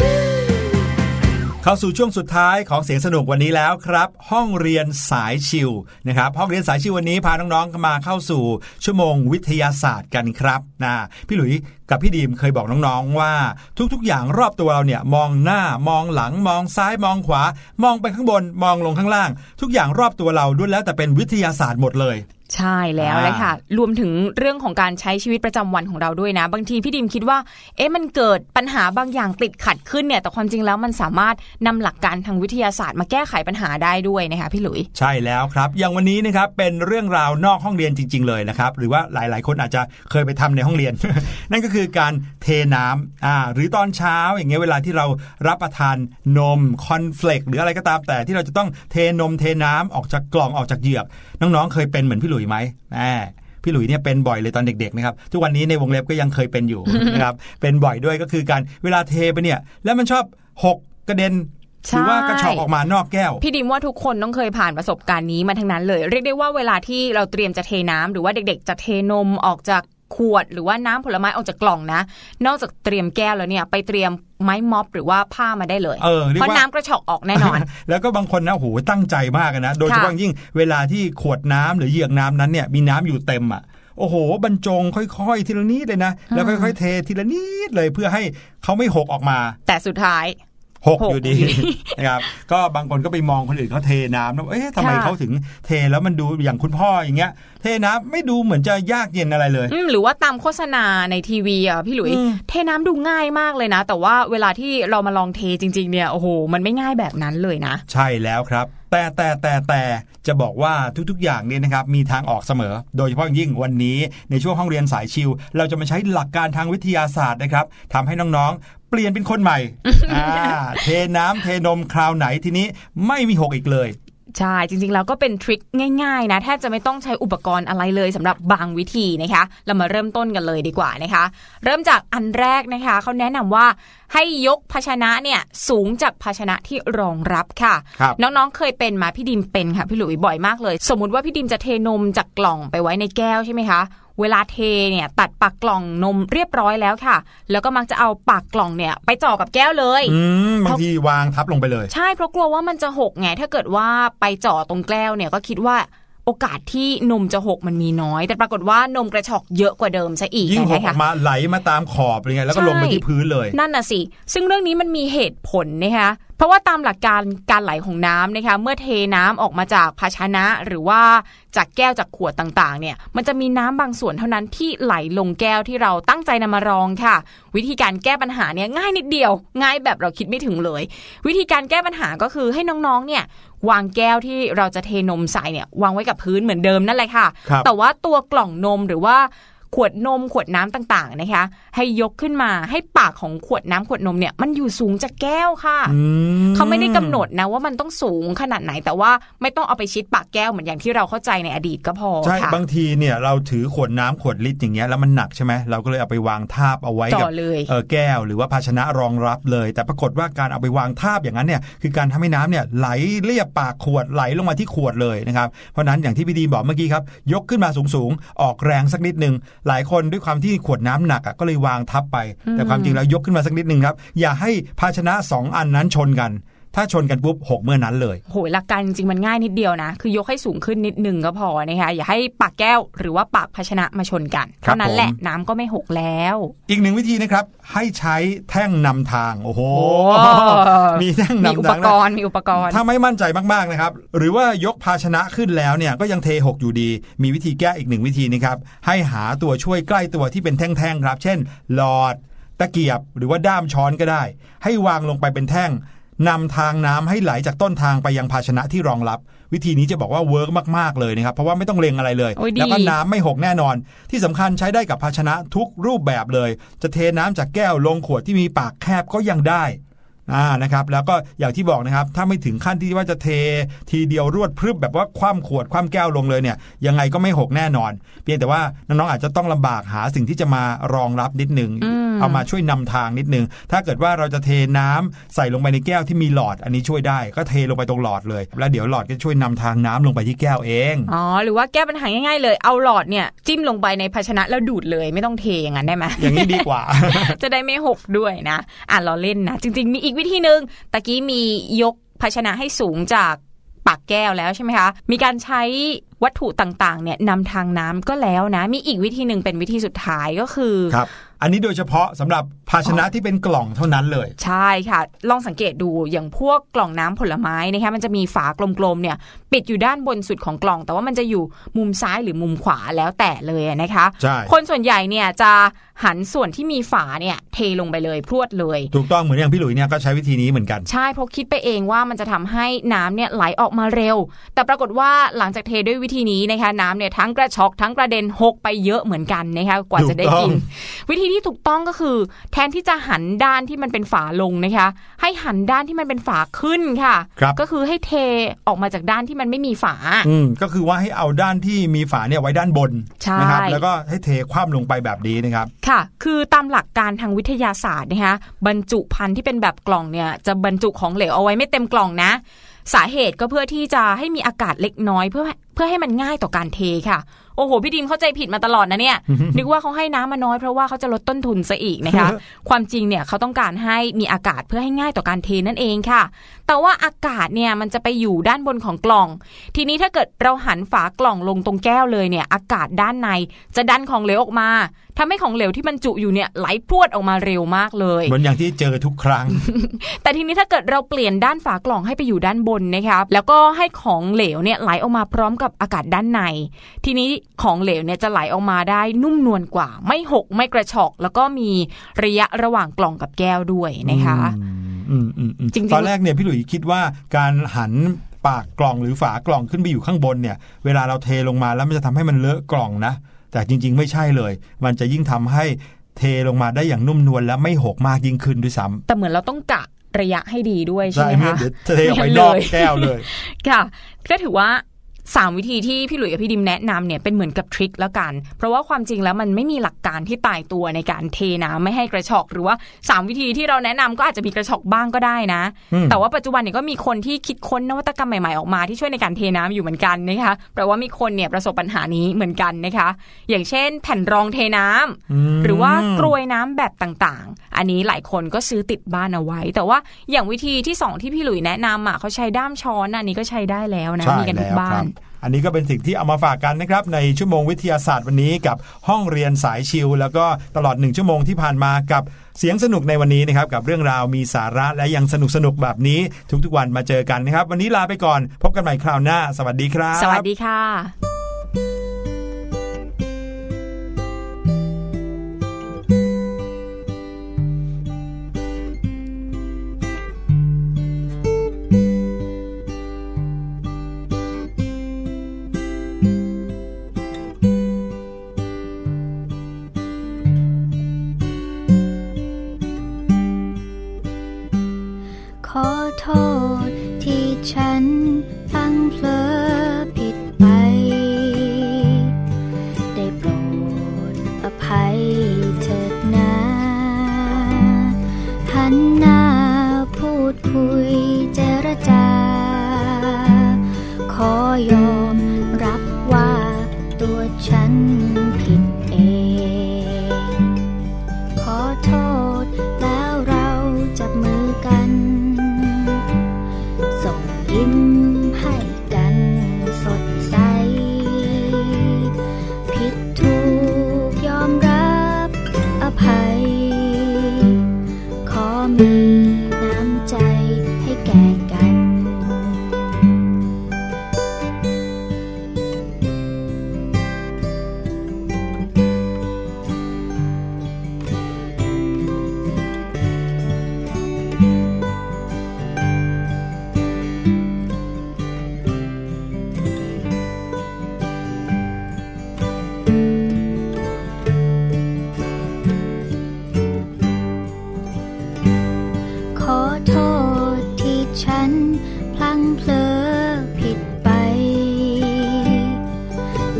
S1: เข้าสู่ช่วงสุดท้ายของเสียงสนุกวันนี้แล้วครับห้องเรียนสายชิลนะครับห้องเรียนสายชิลวันนี้พาน้องๆมาเข้าสู่ชั่วโมงวิทยาศาสตร์กันครับนะพี่หลุยกับพี่ดีมเคยบอกน้องๆว่าทุกๆอย่างรอบตัวเราเนี่ยมองหน้ามองหลังมองซ้ายมองขวามองไปข้างบนมองลงข้างล่างทุกอย่างรอบตัวเราล้วนแล้วแต่เป็นวิทยาศาสตร์หมดเลย
S3: ใช่แล้วเลยค่ะรวมถึงเรื่องของการใช้ชีวิตประจำวันของเราด้วยนะบางทีพี่ดิมคิดว่าเอ๊ะมันเกิดปัญหาบางอย่างติดขัดขึ้นเนี่ยแต่ความจริงแล้วมันสามารถนำหลักการทางวิทยาศาสตร์มาแก้ไขปัญหาได้ด้วยนะคะพี่หลุย
S1: ใช่แล้วครับอย่างวันนี้นะครับเป็นเรื่องราวนอกห้องเรียนจริงๆเลยนะครับหรือว่าหลายๆคนอาจจะเคยไปทำในห้องเรียน นั่นก็คือการเทน้ำอ่าหรือตอนเช้าอย่างเงี้ยเวลาที่เรารับประทานนมคอนเฟลกหรืออะไรก็ตามแต่ที่เราจะต้องเทนมเทน้ำออกจากกล่องออกจากเหยือกน้องๆเคยเป็นเหมือนพี่หลุยไหมแหมพี่หลุยเนี่ยเป็นบ่อยเลยตอนเด็กๆนะครับทุกวันนี้ในวงเล็บก็ยังเคยเป็นอยู่ นะครับเป็นบ่อยด้วยก็คือการเวลาเทไปเนี่ยแล้วมันชอบหกกระเด็นหรือว่ากระชอกออกมานอกแก้ว
S3: พี่ดิมว่าทุกคนต้องเคยผ่านประสบการณ์นี้มาทั้งนั้นเลยเรียกได้ว่าเวลาที่เราเตรียมจะเทน้ำหรือว่าเด็กๆจะเทนมออกจากขวดหรือว่าน้ำผลไม้ออกจากกล่องนะนอกจากเตรียมแก้วแล้วเนี่ยไปเตรียมไม้ม็อบหรือว่าผ้ามาได้เลยเเพราะน้ำกระชอกออกแน่นอน
S1: แล้วก็บางคนนะโหตั้งใจมากนะโดยเฉพาะยิ่งเวลาที่ขวดน้ำหรือเหยือกน้ำนั้นเนี่ยมีน้ำอยู่เต็มอ่ะโอ้โหบรรจงค่อยๆทีละนิดเลยนะแล้วค่อยๆเททีละนิดเลยเพื่อให้เขาไม่หกออกมา
S3: แต่สุดท้าย
S1: หกอยู่ดีนะครับก็บางคนก็ไปมองคนอื่นเขาเทน้ำแล้วเอ๊ะทำไมเขาถึงเทแล้วมันดูอย่างคุณพ่ออย่างเงี้ยเทน้ำไม่ดูเหมือนจะยากเย็นอะไรเลย
S3: หรือว่าตามโฆษณาในทีวีอ่ะพี่หลุยเทน้ำดูง่ายมากเลยนะแต่ว่าเวลาที่เรามาลองเทจริงๆเนี่ยโอ้โหมันไม่ง่ายแบบนั้นเลยนะ
S1: ใช่แล้วครับแต่แต่แต่แต่จะบอกว่าทุกๆอย่างเนี่ยนะครับมีทางออกเสมอโดยเฉพาะยิ่งวันนี้ในช่วงห้องเรียนสายชิลเราจะมาใช้หลักการทางวิทยาศาสตร์นะครับทำให้น้องๆเปลี่ยนเป็นคนใหม่ เทน้ำเทนมคราวไหนทีนี้ไม่มีหกอีกเลย
S3: ใช่จริงๆแล้วก็เป็นทริคง่ายๆนะแทบจะไม่ต้องใช้อุปกรณ์อะไรเลยสำหรับบางวิธีนะคะเรามาเริ่มต้นกันเลยดีกว่านะคะเริ่มจากอันแรกนะคะเขาแนะนำว่าให้ยกภาชนะเนี่ยสูงจากภาชนะที่รองรับค่ะน้องๆเคยเป็นมาพี่ดิมเป็นค่ะพี่หลุยบ่อยมากเลยสมมุติว่าพี่ดิมจะเทนมจากกล่องไปไว้ในแก้วใช่ไหมคะเวลาเทเนี่ยตัดปากกล่องนมเรียบร้อยแล้วค่ะแล้วก็มักจะเอาปากกล่องเนี่ยไปจ่อกับแก้วเลย
S1: อืมบางทีวางทับลงไปเลย
S3: ใช่เพราะกลัวว่ามันจะหกไงถ้าเกิดว่าไปจ่อตรงแก้วเนี่ยก็คิดว่าโอกาสที่นมจะหกมันมีน้อยแต่ปรากฏว่านมกระชอกเยอะกว่าเดิมซะอีก
S1: ยิ่งหกออกมาไหลมาตามขอบอะไรเงี้ยแล้วก็ลงไปที่พื้นเลย
S3: นั่นน่ะสิซึ่งเรื่องนี้มันมีเหตุผลนะคะเพราะว่าตามหลักการการไหลของน้ำนะคะเมื่อเทน้ำออกมาจากภาชนะหรือว่าจากแก้วจากขวดต่างๆเนี่ยมันจะมีน้ำบางส่วนเท่านั้นที่ไหลลงแก้วที่เราตั้งใจนำมารองค่ะวิธีการแก้ปัญหาเนี่ยง่ายนิดเดียวง่ายแบบเราคิดไม่ถึงเลยวิธีการแก้ปัญหาก็คือให้น้องๆเนี่ยวางแก้วที่เราจะเทนมใส่เนี่ยวางไว้กับพื้นเหมือนเดิมนั่นแหละค่ะแต่ว่าตัวกล่องนมหรือว่าขวดนมขวดน้ำต่างๆนะคะให้ยกขึ้นมาให้ปากของขวดน้ำขวดนมเนี่ยมันอยู่สูงจากแก้วค่ะเขาไม่ได้กำหนดนะว่ามันต้องสูงขนาดไหนแต่ว่าไม่ต้องเอาไปชิดปากแก้วเหมือนอย่างที่เราเข้าใจในอดีตก็พอใช่
S1: บางทีเนี่ยเราถือขวดน้ำขวดลิตรอย่างเงี้ยแล้วมันหนักใช่ไหมเราก็เลยเอาไปวางทาบเอาไว้กับเออแก้วหรือว่าภาชนะรองรับเลยแต่ปรากฏว่าการเอาไปวางทาบอย่างนั้นเนี่ยคือการทำให้น้ำเนี่ยไหลเลียบปากขวดไหลลงมาที่ขวดเลยนะครับเพราะนั้นอย่างที่พี่ดีบอกเมื่อกี้ครับยกขึ้นมาสูงๆออกแรงสักนิดนึงหลายคนด้วยความที่ขวดน้ำหนักก็เลยวางทับไปแต่ความจริงแล้วยกขึ้นมาสักนิดนึงครับอย่าให้ภาชนะสองอันนั้นชนกันถ้าชนกันปุ๊บหกเมื่อนั้นเลย
S3: โหหลักการจริงๆมันง่ายนิดเดียวนะคือยกให้สูงขึ้นนิดนึงก็พอนะคะอย่าให้ปากแก้วหรือว่าปากภาชนะมาชนกันเท่านั้นแหละน้ำก็ไม่หกแล้ว
S1: อีกหนึ่งวิธีนะครับให้ใช้แท่งนำทางโอ้โหมีแท่งนำทางมี
S3: อุปกรณ์มีอุปกรณ์
S1: ถ้าไม่มั่นใจมากๆนะครับหรือว่ายกภาชนะขึ้นแล้วเนี่ยก็ยังเทหกอยู่ดีมีวิธีแก้อีกหนึ่งวิธีนะครับให้หาตัวช่วยใกล้ตัวที่เป็นแท่งๆครับเช่นหลอดตะเกียบหรือว่าด้ามช้อนก็ได้ให้วางลงไปเป็นแท่งนำทางน้ำให้ไหลจากต้นทางไปยังภาชนะที่รองรับวิธีนี้จะบอกว่าเวิร์กมากๆเลยนะครับเพราะว่าไม่ต้องเล็งอะไรเลยแล้วก็น้ำไม่หกแน่นอนที่สำคัญใช้ได้กับภาชนะทุกรูปแบบเลยจะเทน้ำจากแก้วลงขวดที่มีปากแคบก็ยังได้อ่านะครับแล้วก็อย่างที่บอกนะครับถ้าไม่ถึงขั้นที่ว่าจะเททีเดียวรวดพรึบแบบว่าคว่ำขวดคว่ำแก้วลงเลยเนี่ยยังไงก็ไม่หกแน่นอนเพียงแต่ว่าน้องๆอาจจะต้องลำบากหาสิ่งที่จะมารองรับนิดนึงเอามาช่วยนำทางนิดนึงถ้าเกิดว่าเราจะเทน้ำใส่ลงไปในแก้วที่มีหลอดอันนี้ช่วยได้ก็เทลงไปตรงหลอดเลยแล้วเดี๋ยวหลอดก็ช่วยนำทางน้ำลงไปที่แก้วเอง
S3: อ๋อหรือว่าแก้ปัญหาง่ายๆเลยเอาหลอดเนี่ยจิ้มลงไปในภาชนะแล้วดูดเลยไม่ต้องเทอย่างนั้นได้ไหม
S1: อย่างนี้ดีกว่า
S3: จะได้ไม่หกด้วยนะอ่ะเราเล่นนะจริงๆมีอีกวิธีนึงตะกี้มียกภาชนะให้สูงจากปากแก้วแล้วใช่ไหมคะมีการใช้วัตถุต่างๆเนี่ยนำทางน้ำก็แล้วนะมีอีกวิธีหนึ่งเป็นวิธีสุดท้ายก็คือ
S1: ครับอันนี้โดยเฉพาะสำหรับภาชนะที่เป็นกล่องเท่านั้นเลย
S3: ใช่ค่ะลองสังเกตดูอย่างพวกกล่องน้ำผลไม้นะคะมันจะมีฝากลมๆเนี่ยปิดอยู่ด้านบนสุดของกล่องแต่ว่ามันจะอยู่มุมซ้ายหรือมุมขวาแล้วแต่เลยนะคะ
S1: ใช่
S3: คนส่วนใหญ่เนี่ยจะหันส่วนที่มีฝาเนี่ยเทลงไปเลยพรวดเลย
S1: ถูกต้องเหมือนอย่างพี่หลุยเนี่ยก็ใช้วิธีนี้เหมือนกัน
S3: ใช่เพราะคิดไปเองว่ามันจะทำให้น้ำเนี่ยไหลออกมาเร็วแต่ปรากฏว่าหลังจากเทด้วยวิธีนี้นะคะน้ำเนี่ยทั้งกระชอกทั้งกระเด็นหกไปเยอะเหมือนกันนะคะกว่าจะได้กินวิธีที่ถูกต้องก็คือแทนที่จะหันด้านที่มันเป็นฝาลงนะคะให้หันด้านที่มันเป็นฝาขึ้นค่ะก็คือให้เทออกมาจากด้านที่มันไม่มีฝา
S1: อืมก็คือว่าให้เอาด้านที่มีฝาเนี่ยไว้ด้านบนนะครับแล้วก็ให้เทคว่ำลงไปแบบนี้นะครับ
S3: ค่ะคือตามหลักการทางวิทยาศาสตร์นะคะบรรจุภัณฑ์ที่เป็นแบบกล่องเนี่ยจะบรรจุของเหลวเอาไว้ไม่เต็มกล่องนะสาเหตุก็เพื่อที่จะให้มีอากาศเล็กน้อยเพื่อเพื่อให้มันง่ายต่อการเทค่ะโอ้โหพี่ดิมเข้าใจผิดมาตลอดนะเนี่ย นึกว่าเขาให้น้ำมาน้อยเพราะว่าเขาจะลดต้นทุนซะอีกนะคะ ความจริงเนี่ยเขาต้องการให้มีอากาศเพื่อให้ง่ายต่อการเทนั่นเองค่ะแต่ว่าอากาศเนี่ยมันจะไปอยู่ด้านบนของกล่องทีนี้ถ้าเกิดเราหันฝากล่องลงตรงแก้วเลยเนี่ยอากาศด้านในจะดันของเหลวออกมาทำให้ของเหลวที่บรรจุอยู่เนี่ยไหลพรวดออกมาเร็วมากเลย
S1: เหมือนอย่างที่เจอทุกครั้ง
S3: แต่ทีนี้ถ้าเกิดเราเปลี่ยนด้านฝากล่องให้ไปอยู่ด้านบนนะครับแล้วก็ให้ของเหลวเนี่ยไหลออกมาพร้อมกับอากาศด้านในทีนี้ของเหลวเนี่ยจะไหลออกมาได้นุ่มนวลกว่าไม่หกไม่กระชอกแล้วก็มีระยะระหว่างกล่องกับแก้วด้วยนะคะ
S1: จริงๆตอนแรกเนี่ยพี่หลุยคิดว่าการหันปากกล่องหรือฝากล่องขึ้นไปอยู่ข้างบนเนี่ยเวลาเราเทลงมาแล้วมันจะทำให้มันเลอะกล่องนะแต่จริงๆไม่ใช่เลยมันจะยิ่งทำให้เทลงมาได้อย่างนุ่มนวลและไม่หกมากยิ่งขึ้นด้วยซ้ำ
S3: แต่เหมือนเราต้องกะระยะให้ดีด้วยใช่ไหมคะ
S1: เดี๋ยวเทออกไปนอกแก้วเลย
S3: ค่ะก็ถือว่าสามวิธีที่พี่หลุยส์กับพี่ดิมแนะนำเนี่ยเป็นเหมือนกับทริคแล้วกันเพราะว่าความจริงแล้วมันไม่มีหลักการที่ตายตัวในการเทน้ำไม่ให้กระชอกหรือว่าสามวิธีที่เราแนะนำก็อาจจะมีกระชอกบ้างก็ได้นะแต่ว่าปัจจุบันเนี่ยก็มีคนที่คิดค้นนวัตกรรมใหม่ๆออกมาที่ช่วยในการเทน้ำอยู่เหมือนกันนะคะแปลว่ามีคนเนี่ยประสบปัญหานี้เหมือนกันนะคะอย่างเช่นแผ่นรองเทน้ำหรือว่ากรวยน้ำแบบต่างๆอันนี้หลายคนก็ซื้อติดบ้านเอาไว้แต่ว่าอย่างวิธีที่สองที่พี่หลุยส์แนะนำอ่ะเขาใช้ด้ามช้อนอันนี้ก็ใช้ได้แล้วนะมีกันทุกบ้าน
S1: อันนี้ก็เป็นสิ่งที่เอามาฝากกันนะครับในชั่วโมงวิทยาศาสตร์วันนี้กับห้องเรียนสายชิลแล้วก็ตลอดหนึ่งชั่วโมงที่ผ่านมากับเสียงสนุกในวันนี้นะครับกับเรื่องราวมีสาระและยังสนุกสนุกแบบนี้ทุกๆวันมาเจอกันนะครับวันนี้ลาไปก่อนพบกันใหม่คราวหน้าสวัสดีครับ
S3: สวัสดีค่ะ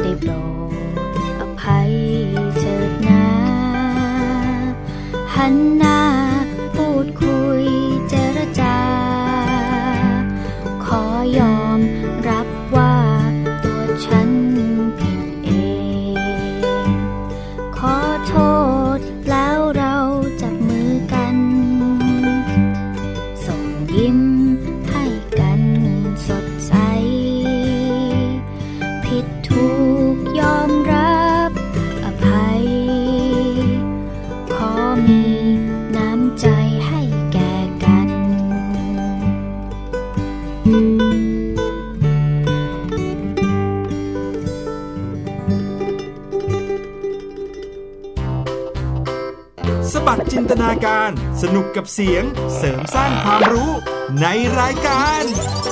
S7: ได้โปรดอภัยเถิดนะหันหน้าพูดคุยเจรจาขอยอมรับว่าตัวฉันผิดเองขอโทษแล้วเราจับมือกันส่งยิ้มให้กันสดใสผิดถูกยอมรับอภัยขอมีน้ำใจให้แก่กัน
S8: สบัดจินตนาการสนุกกับเสียงเสริมสร้างความรู้ในรายการ